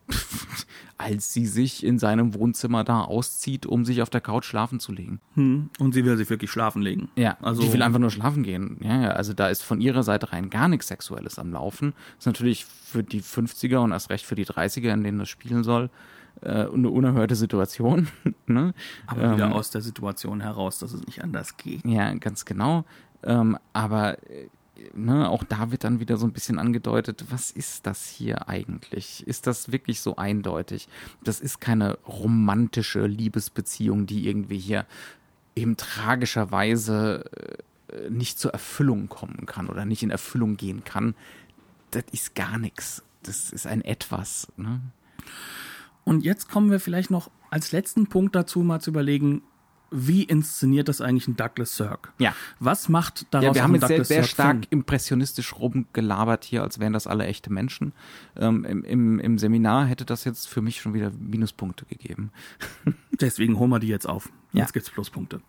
als sie sich in seinem Wohnzimmer da auszieht, um sich auf der Couch schlafen zu legen. Und sie will sich wirklich schlafen legen. Ja, Also- die will einfach nur schlafen gehen. Ja, also da ist von ihrer Seite rein gar nichts Sexuelles am Laufen. Das ist natürlich für die 50er und erst recht für die 30er, in denen das spielen soll, eine unerhörte Situation. Ne? Aber wieder aus der Situation heraus, dass es nicht anders geht. Ja, ganz genau. Aber auch da wird dann wieder so ein bisschen angedeutet, was ist das hier eigentlich? Ist das wirklich so eindeutig? Das ist keine romantische Liebesbeziehung, die irgendwie hier eben tragischerweise nicht zur Erfüllung kommen kann oder nicht in Erfüllung gehen kann. Das ist gar nichts. Das ist ein Etwas. Ne? Und jetzt kommen wir vielleicht noch als letzten Punkt dazu, mal zu überlegen, wie inszeniert das eigentlich ein Douglas Sirk? Ja. Was macht daraus Ja, wir auch haben ein jetzt sehr, Douglas sehr Sirk stark Film? impressionistisch rumgelabert hier, als wären das alle echte Menschen. Im Seminar hätte das jetzt für mich schon wieder Minuspunkte gegeben. Deswegen holen wir die jetzt auf. Ja. Jetzt gibt's Pluspunkte.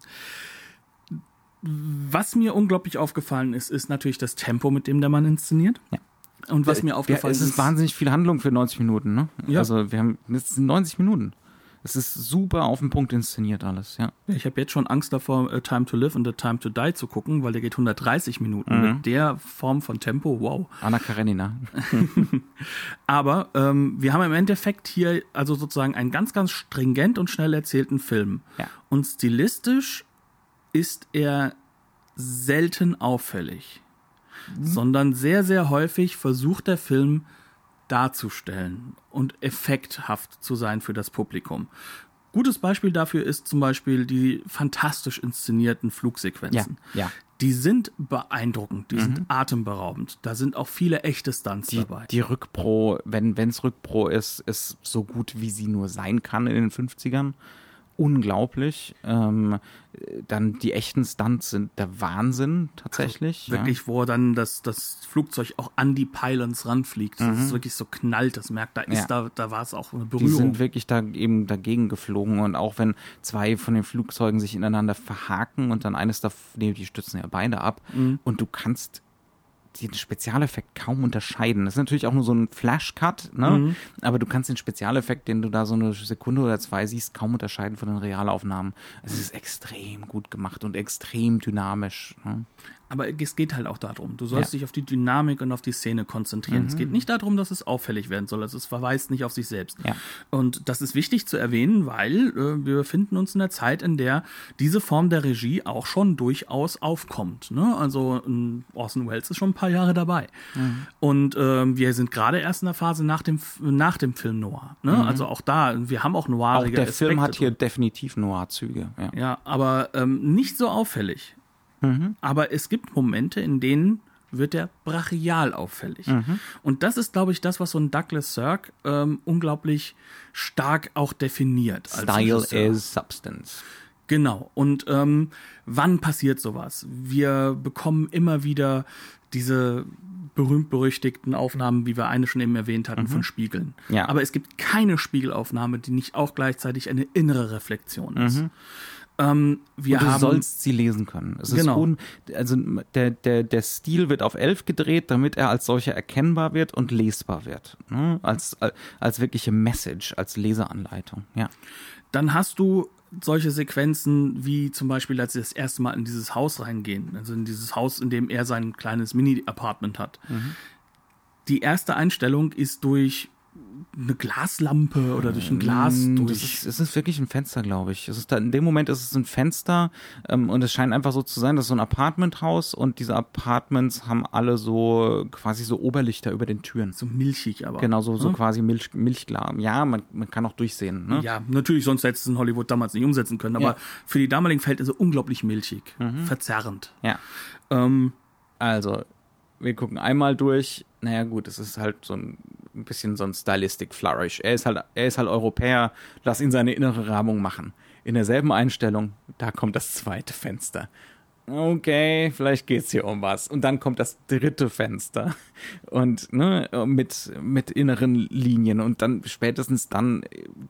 Was mir unglaublich aufgefallen ist natürlich das Tempo, mit dem der Mann inszeniert. Ja. Und was mir aufgefallen es ist wahnsinnig viel Handlung für 90 Minuten. Ne? Ja. Also es sind 90 Minuten. Es ist super auf den Punkt inszeniert alles. Ja. Ich habe jetzt schon Angst davor, A Time to Live and A Time to Die zu gucken, weil der geht 130 Minuten mit der Form von Tempo. Wow. Anna Karenina. Aber wir haben im Endeffekt hier also sozusagen einen ganz, ganz stringent und schnell erzählten Film. Ja. Und stilistisch ist er selten auffällig, sondern sehr, sehr häufig versucht der Film darzustellen und effekthaft zu sein für das Publikum. Gutes Beispiel dafür ist zum Beispiel die fantastisch inszenierten Flugsequenzen. Ja. Die sind beeindruckend, die sind atemberaubend. Da sind auch viele echte Stunts dabei. Die Rückpro, wenn es Rückpro ist so gut, wie sie nur sein kann in den 50ern. Unglaublich. Dann die echten Stunts sind der Wahnsinn tatsächlich. Also wirklich, wo dann das Flugzeug auch an die Pylons ranfliegt. Das ist wirklich so knallt, das merkt, da war es auch eine Berührung. Die sind wirklich da eben dagegen geflogen und auch wenn zwei von den Flugzeugen sich ineinander verhaken und dann eines davon, die stützen ja beide ab und du kannst den Spezialeffekt kaum unterscheiden. Das ist natürlich auch nur so ein Flash-Cut, ne? Aber du kannst den Spezialeffekt, den du da so eine Sekunde oder zwei siehst, kaum unterscheiden von den Realaufnahmen. Es ist extrem gut gemacht und extrem dynamisch. Ne? Aber es geht halt auch darum, du sollst dich auf die Dynamik und auf die Szene konzentrieren. Es geht nicht darum, dass es auffällig werden soll, also es verweist nicht auf sich selbst. Ja. Und das ist wichtig zu erwähnen, weil wir befinden uns in einer Zeit, in der diese Form der Regie auch schon durchaus aufkommt. Ne? Also Orson Welles ist schon ein paar Jahre dabei. Und wir sind gerade erst in der Phase nach dem Film Noir. Ne? Also auch da, wir haben auch noirige Aspekte. Auch der Film hat hier definitiv Noir-Züge. Ja, aber nicht so auffällig. Aber es gibt Momente, in denen wird er brachial auffällig. Und das ist, glaube ich, das, was so ein Douglas Sirk unglaublich stark auch definiert. Style is Substance. Genau. Und wann passiert sowas? Wir bekommen immer wieder diese berühmt-berüchtigten Aufnahmen, wie wir eine schon eben erwähnt hatten, von Spiegeln. Ja. Aber es gibt keine Spiegelaufnahme, die nicht auch gleichzeitig eine innere Reflexion ist. Du sollst sie lesen können. Es ist also der Stil wird auf 11 gedreht, damit er als solcher erkennbar wird und lesbar wird. Ne? Als wirkliche Message, als Leseanleitung. Ja. Dann hast du solche Sequenzen wie zum Beispiel, als sie das erste Mal in dieses Haus reingehen. Also in dieses Haus, in dem er sein kleines Mini-Apartment hat. Die erste Einstellung ist durch eine Glaslampe oder durch ein Glas durch. Es ist wirklich ein Fenster, glaube ich. In dem Moment ist es ein Fenster und es scheint einfach so zu sein, das ist so ein Apartmenthaus und diese Apartments haben alle so quasi so Oberlichter über den Türen. So milchig aber. Genau, so quasi Milchglas. Ja, man kann auch durchsehen. Ne? Ja, natürlich, sonst hätte es in Hollywood damals nicht umsetzen können, aber für die damaligen Verhältnisse unglaublich milchig, verzerrend. Ja. Also, wir gucken einmal durch. Naja gut, es ist halt so ein bisschen so ein Stylistic Flourish. Er ist halt Europäer, lass ihn seine innere Rahmung machen. In derselben Einstellung, da kommt das zweite Fenster. Okay, vielleicht geht's hier um was. Und dann kommt das dritte Fenster und mit inneren Linien. Und dann spätestens dann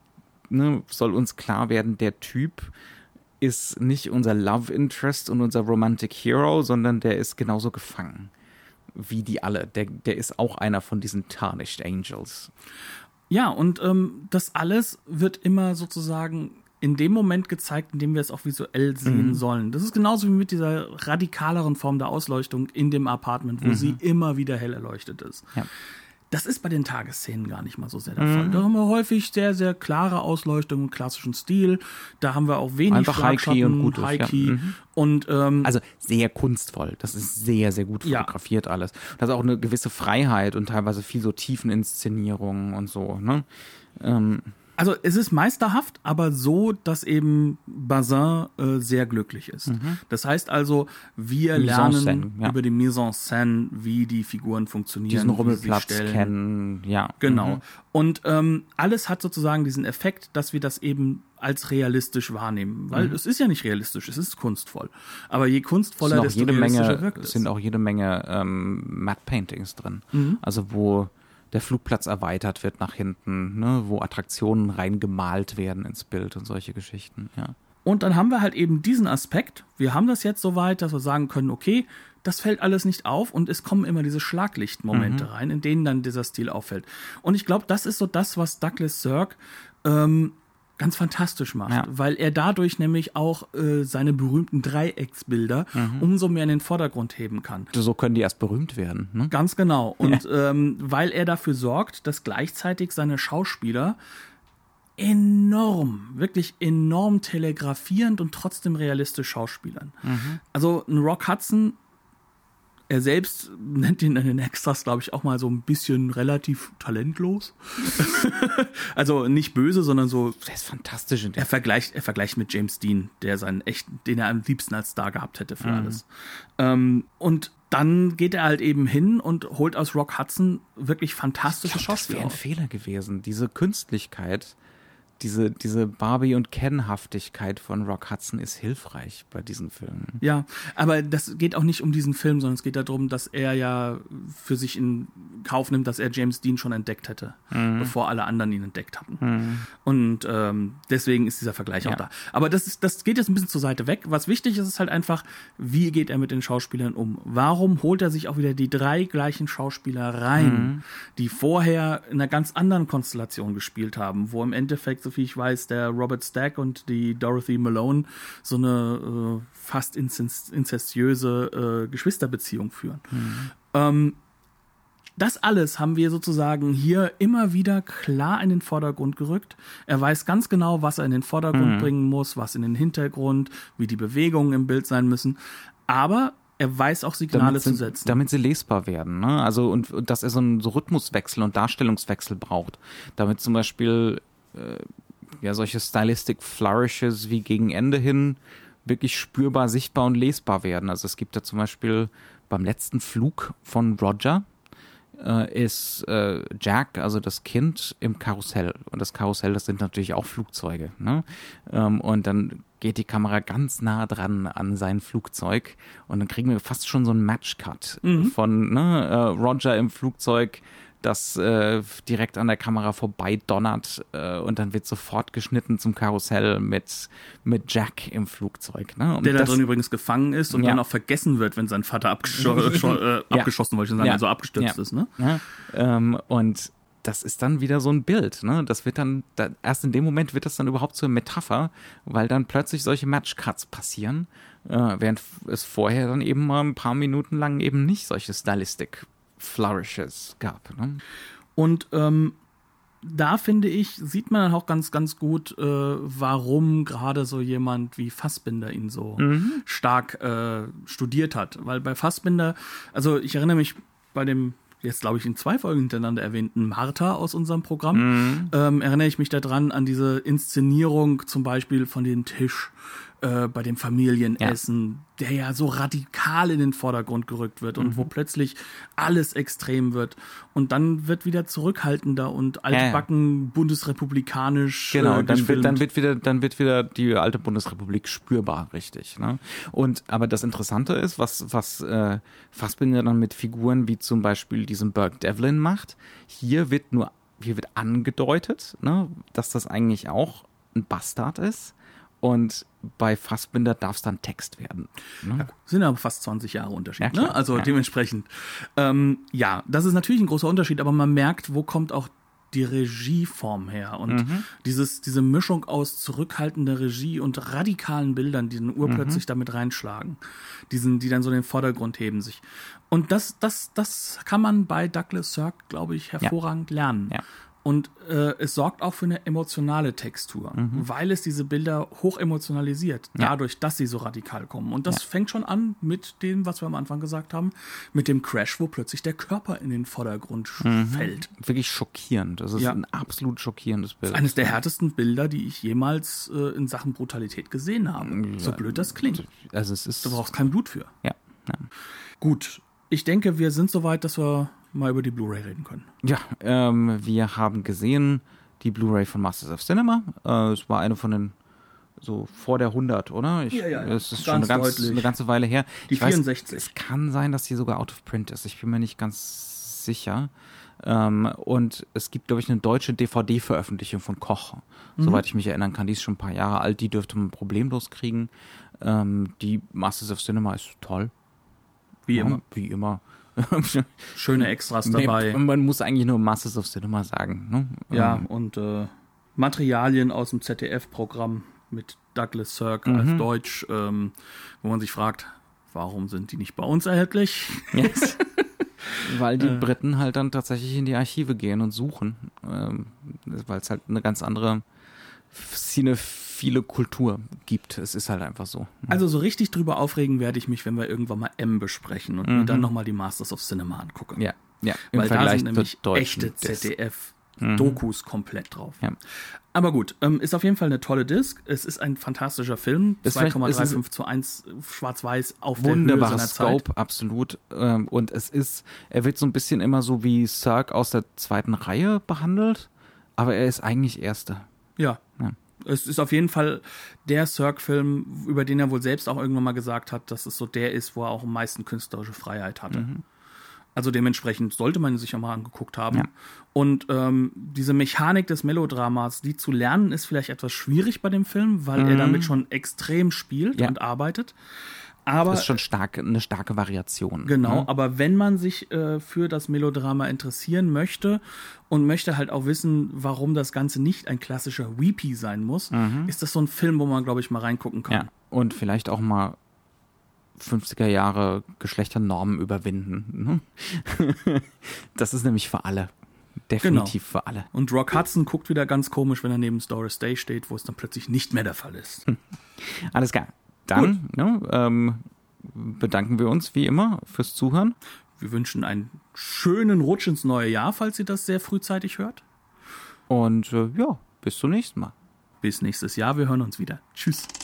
soll uns klar werden, der Typ ist nicht unser Love Interest und unser Romantic Hero, sondern der ist genauso gefangen wie die alle. Der ist auch einer von diesen Tarnished Angels. Ja, und das alles wird immer sozusagen in dem Moment gezeigt, in dem wir es auch visuell sehen sollen. Das ist genauso wie mit dieser radikaleren Form der Ausleuchtung in dem Apartment, wo sie immer wieder hell erleuchtet ist. Ja. Das ist bei den Tagesszenen gar nicht mal so sehr der Fall. Da haben wir häufig sehr, sehr klare Ausleuchtung im klassischen Stil. Da haben wir auch wenig Schlagschatten, High-Key. Und, also sehr kunstvoll. Das ist sehr, sehr gut fotografiert alles. Das ist auch eine gewisse Freiheit und teilweise viel so Tiefeninszenierungen und so. Ne? Also es ist meisterhaft, aber so, dass eben Bazin sehr glücklich ist. Das heißt also, wir lernen über die Mise en Scène, wie die Figuren funktionieren. Diesen Rummelplatz kennen, ja. Genau. Und alles hat sozusagen diesen Effekt, dass wir das eben als realistisch wahrnehmen. Weil es ist ja nicht realistisch, es ist kunstvoll. Aber je kunstvoller, desto realistischer wirkt es. Es sind auch jede Menge Matte Paintings drin. Also wo der Flugplatz erweitert wird nach hinten, ne, wo Attraktionen reingemalt werden ins Bild und solche Geschichten, ja. Und dann haben wir halt eben diesen Aspekt. Wir haben das jetzt so weit, dass wir sagen können, okay, das fällt alles nicht auf und es kommen immer diese Schlaglichtmomente rein, in denen dann dieser Stil auffällt. Und ich glaube, das ist so das, was Douglas Sirk ganz fantastisch macht, weil er dadurch nämlich auch seine berühmten Dreiecksbilder umso mehr in den Vordergrund heben kann. So können die erst berühmt werden. Ne? Ganz genau. Und weil er dafür sorgt, dass gleichzeitig seine Schauspieler wirklich enorm telegrafierend und trotzdem realistisch schauspielern. Also ein Rock Hudson, er selbst nennt ihn in den Extras, glaube ich, auch mal so ein bisschen relativ talentlos. Also nicht böse, sondern so. Der ist fantastisch. Er vergleicht mit James Dean, den er am liebsten als Star gehabt hätte für alles. Und dann geht er halt eben hin und holt aus Rock Hudson wirklich fantastische Schauspieler. Das wäre ein Fehler gewesen. Diese Künstlichkeit, diese Barbie- und Ken-Haftigkeit von Rock Hudson ist hilfreich bei diesen Filmen. Ja, aber das geht auch nicht um diesen Film, sondern es geht darum, dass er ja für sich in Kauf nimmt, dass er James Dean schon entdeckt hätte, bevor alle anderen ihn entdeckt hatten. Und deswegen ist dieser Vergleich auch da. Aber das geht jetzt ein bisschen zur Seite weg. Was wichtig ist, ist halt einfach, wie geht er mit den Schauspielern um? Warum holt er sich auch wieder die 3 gleichen Schauspieler rein, die vorher in einer ganz anderen Konstellation gespielt haben, wo im Endeffekt, so viel ich weiß, der Robert Stack und die Dorothy Malone so eine fast inzestiöse Geschwisterbeziehung führen. Das alles haben wir sozusagen hier immer wieder klar in den Vordergrund gerückt. Er weiß ganz genau, was er in den Vordergrund bringen muss, was in den Hintergrund, wie die Bewegungen im Bild sein müssen. Aber er weiß auch Signale zu setzen. Damit sie lesbar werden, ne? Also und dass er so einen Rhythmuswechsel und Darstellungswechsel braucht. Damit zum Beispiel solche Stylistic Flourishes wie gegen Ende hin wirklich spürbar, sichtbar und lesbar werden. Also es gibt da zum Beispiel beim letzten Flug von Roger ist Jack, also das Kind, im Karussell. Und das Karussell, das sind natürlich auch Flugzeuge. Ne? Und dann geht die Kamera ganz nah dran an sein Flugzeug und dann kriegen wir fast schon so einen Matchcut von Roger im Flugzeug, das direkt an der Kamera vorbei donnert und dann wird sofort geschnitten zum Karussell mit Jack im Flugzeug. Ne? Der da drin übrigens gefangen ist und dann auch vergessen wird, wenn sein Vater abgeschossen, wollte ich sagen, also abgestürzt ist. Ne? Ja. Und das ist dann wieder so ein Bild. Ne? Das wird dann, erst in dem Moment wird das dann überhaupt zur Metapher, weil dann plötzlich solche Matchcuts passieren, während es vorher dann eben mal ein paar Minuten lang eben nicht solche Stylistic Flourishes gab. Ne? Und da finde ich, sieht man dann auch ganz, ganz gut, warum gerade so jemand wie Fassbinder ihn so stark studiert hat. Weil bei Fassbinder, also ich erinnere mich bei dem jetzt, glaube ich, in 2 Folgen hintereinander erwähnten Martha aus unserem Programm, erinnere ich mich daran an diese Inszenierung zum Beispiel von dem Tisch bei dem Familienessen, der ja so radikal in den Vordergrund gerückt wird und wo plötzlich alles extrem wird. Und dann wird wieder zurückhaltender und altbacken bundesrepublikanisch Genau, dann wird wieder die alte Bundesrepublik spürbar, richtig. Ne? Aber das Interessante ist, was Fassbinder dann mit Figuren wie zum Beispiel diesem Burke Devlin macht, hier wird angedeutet, ne, dass das eigentlich auch ein Bastard ist. Und bei Fassbinder darf es dann Text werden. Ne? Ja, sind aber fast 20 Jahre Unterschied. Ne? Also dementsprechend. Das ist natürlich ein großer Unterschied, aber man merkt, wo kommt auch die Regieform her. Und diese Mischung aus zurückhaltender Regie und radikalen Bildern, die dann urplötzlich damit reinschlagen, die dann so in den Vordergrund heben sich. Und das kann man bei Douglas Sirk, glaube ich, hervorragend lernen. Ja. Und es sorgt auch für eine emotionale Textur, weil es diese Bilder hoch emotionalisiert, dadurch, dass sie so radikal kommen. Und das fängt schon an mit dem, was wir am Anfang gesagt haben, mit dem Crash, wo plötzlich der Körper in den Vordergrund fällt. Wirklich schockierend. Das ist ein absolut schockierendes Bild. Das ist eines der härtesten Bilder, die ich jemals in Sachen Brutalität gesehen habe. So blöd das klingt. Also du brauchst kein Blut für. Ja. Gut, ich denke, wir sind soweit, dass wir mal über die Blu-ray reden können. Ja, wir haben gesehen die Blu-ray von Masters of Cinema. Es war eine von den so vor der 100, oder? Es ist schon eine ganze Weile her. Die 64. Es kann sein, dass sie sogar out of print ist. Ich bin mir nicht ganz sicher. Und es gibt, glaube ich, eine deutsche DVD-Veröffentlichung von Koch, soweit ich mich erinnern kann. Die ist schon ein paar Jahre alt. Die dürfte man problemlos kriegen. Die Masters of Cinema ist toll. Wie immer. Schöne Extras dabei. Man muss eigentlich nur Masters of Cinema sagen. Ne? Ja, und Materialien aus dem ZDF-Programm mit Douglas Sirk auf Deutsch, wo man sich fragt, warum sind die nicht bei uns erhältlich? Yes. Weil die Briten halt dann tatsächlich in die Archive gehen und suchen. Weil es halt eine ganz andere cinephile Kultur gibt. Es ist halt einfach so. Also so richtig drüber aufregen werde ich mich, wenn wir irgendwann mal M besprechen und mir dann nochmal die Masters of Cinema angucke. Ja. Weil da sind nämlich echte ZDF-Dokus komplett drauf. Ja. Aber gut, ist auf jeden Fall eine tolle Disc. Es ist ein fantastischer Film. 2,35:1 schwarz-weiß auf der Höhe seiner Zeit. Scope, absolut. Und er wird so ein bisschen immer so wie Cirque aus der zweiten Reihe behandelt, aber er ist eigentlich Erster. Ja. Es ist auf jeden Fall der Cirque-Film, über den er wohl selbst auch irgendwann mal gesagt hat, dass es so der ist, wo er auch am meisten künstlerische Freiheit hatte. Also dementsprechend sollte man sich ja mal angeguckt haben. Ja. Und diese Mechanik des Melodramas, die zu lernen, ist vielleicht etwas schwierig bei dem Film, weil er damit schon extrem spielt und arbeitet. Aber das ist schon eine starke Variation. Genau, aber wenn man sich für das Melodrama interessieren möchte und möchte halt auch wissen, warum das Ganze nicht ein klassischer Weepy sein muss, ist das so ein Film, wo man, glaube ich, mal reingucken kann. Ja. Und vielleicht auch mal 50er Jahre Geschlechternormen überwinden. Das ist nämlich für alle. Definitiv für alle. Und Rock Hudson guckt wieder ganz komisch, wenn er neben Doris Day steht, wo es dann plötzlich nicht mehr der Fall ist. Alles klar. Dann bedanken wir uns wie immer fürs Zuhören. Wir wünschen einen schönen Rutsch ins neue Jahr, falls ihr das sehr frühzeitig hört. Und bis zum nächsten Mal. Bis nächstes Jahr. Wir hören uns wieder. Tschüss.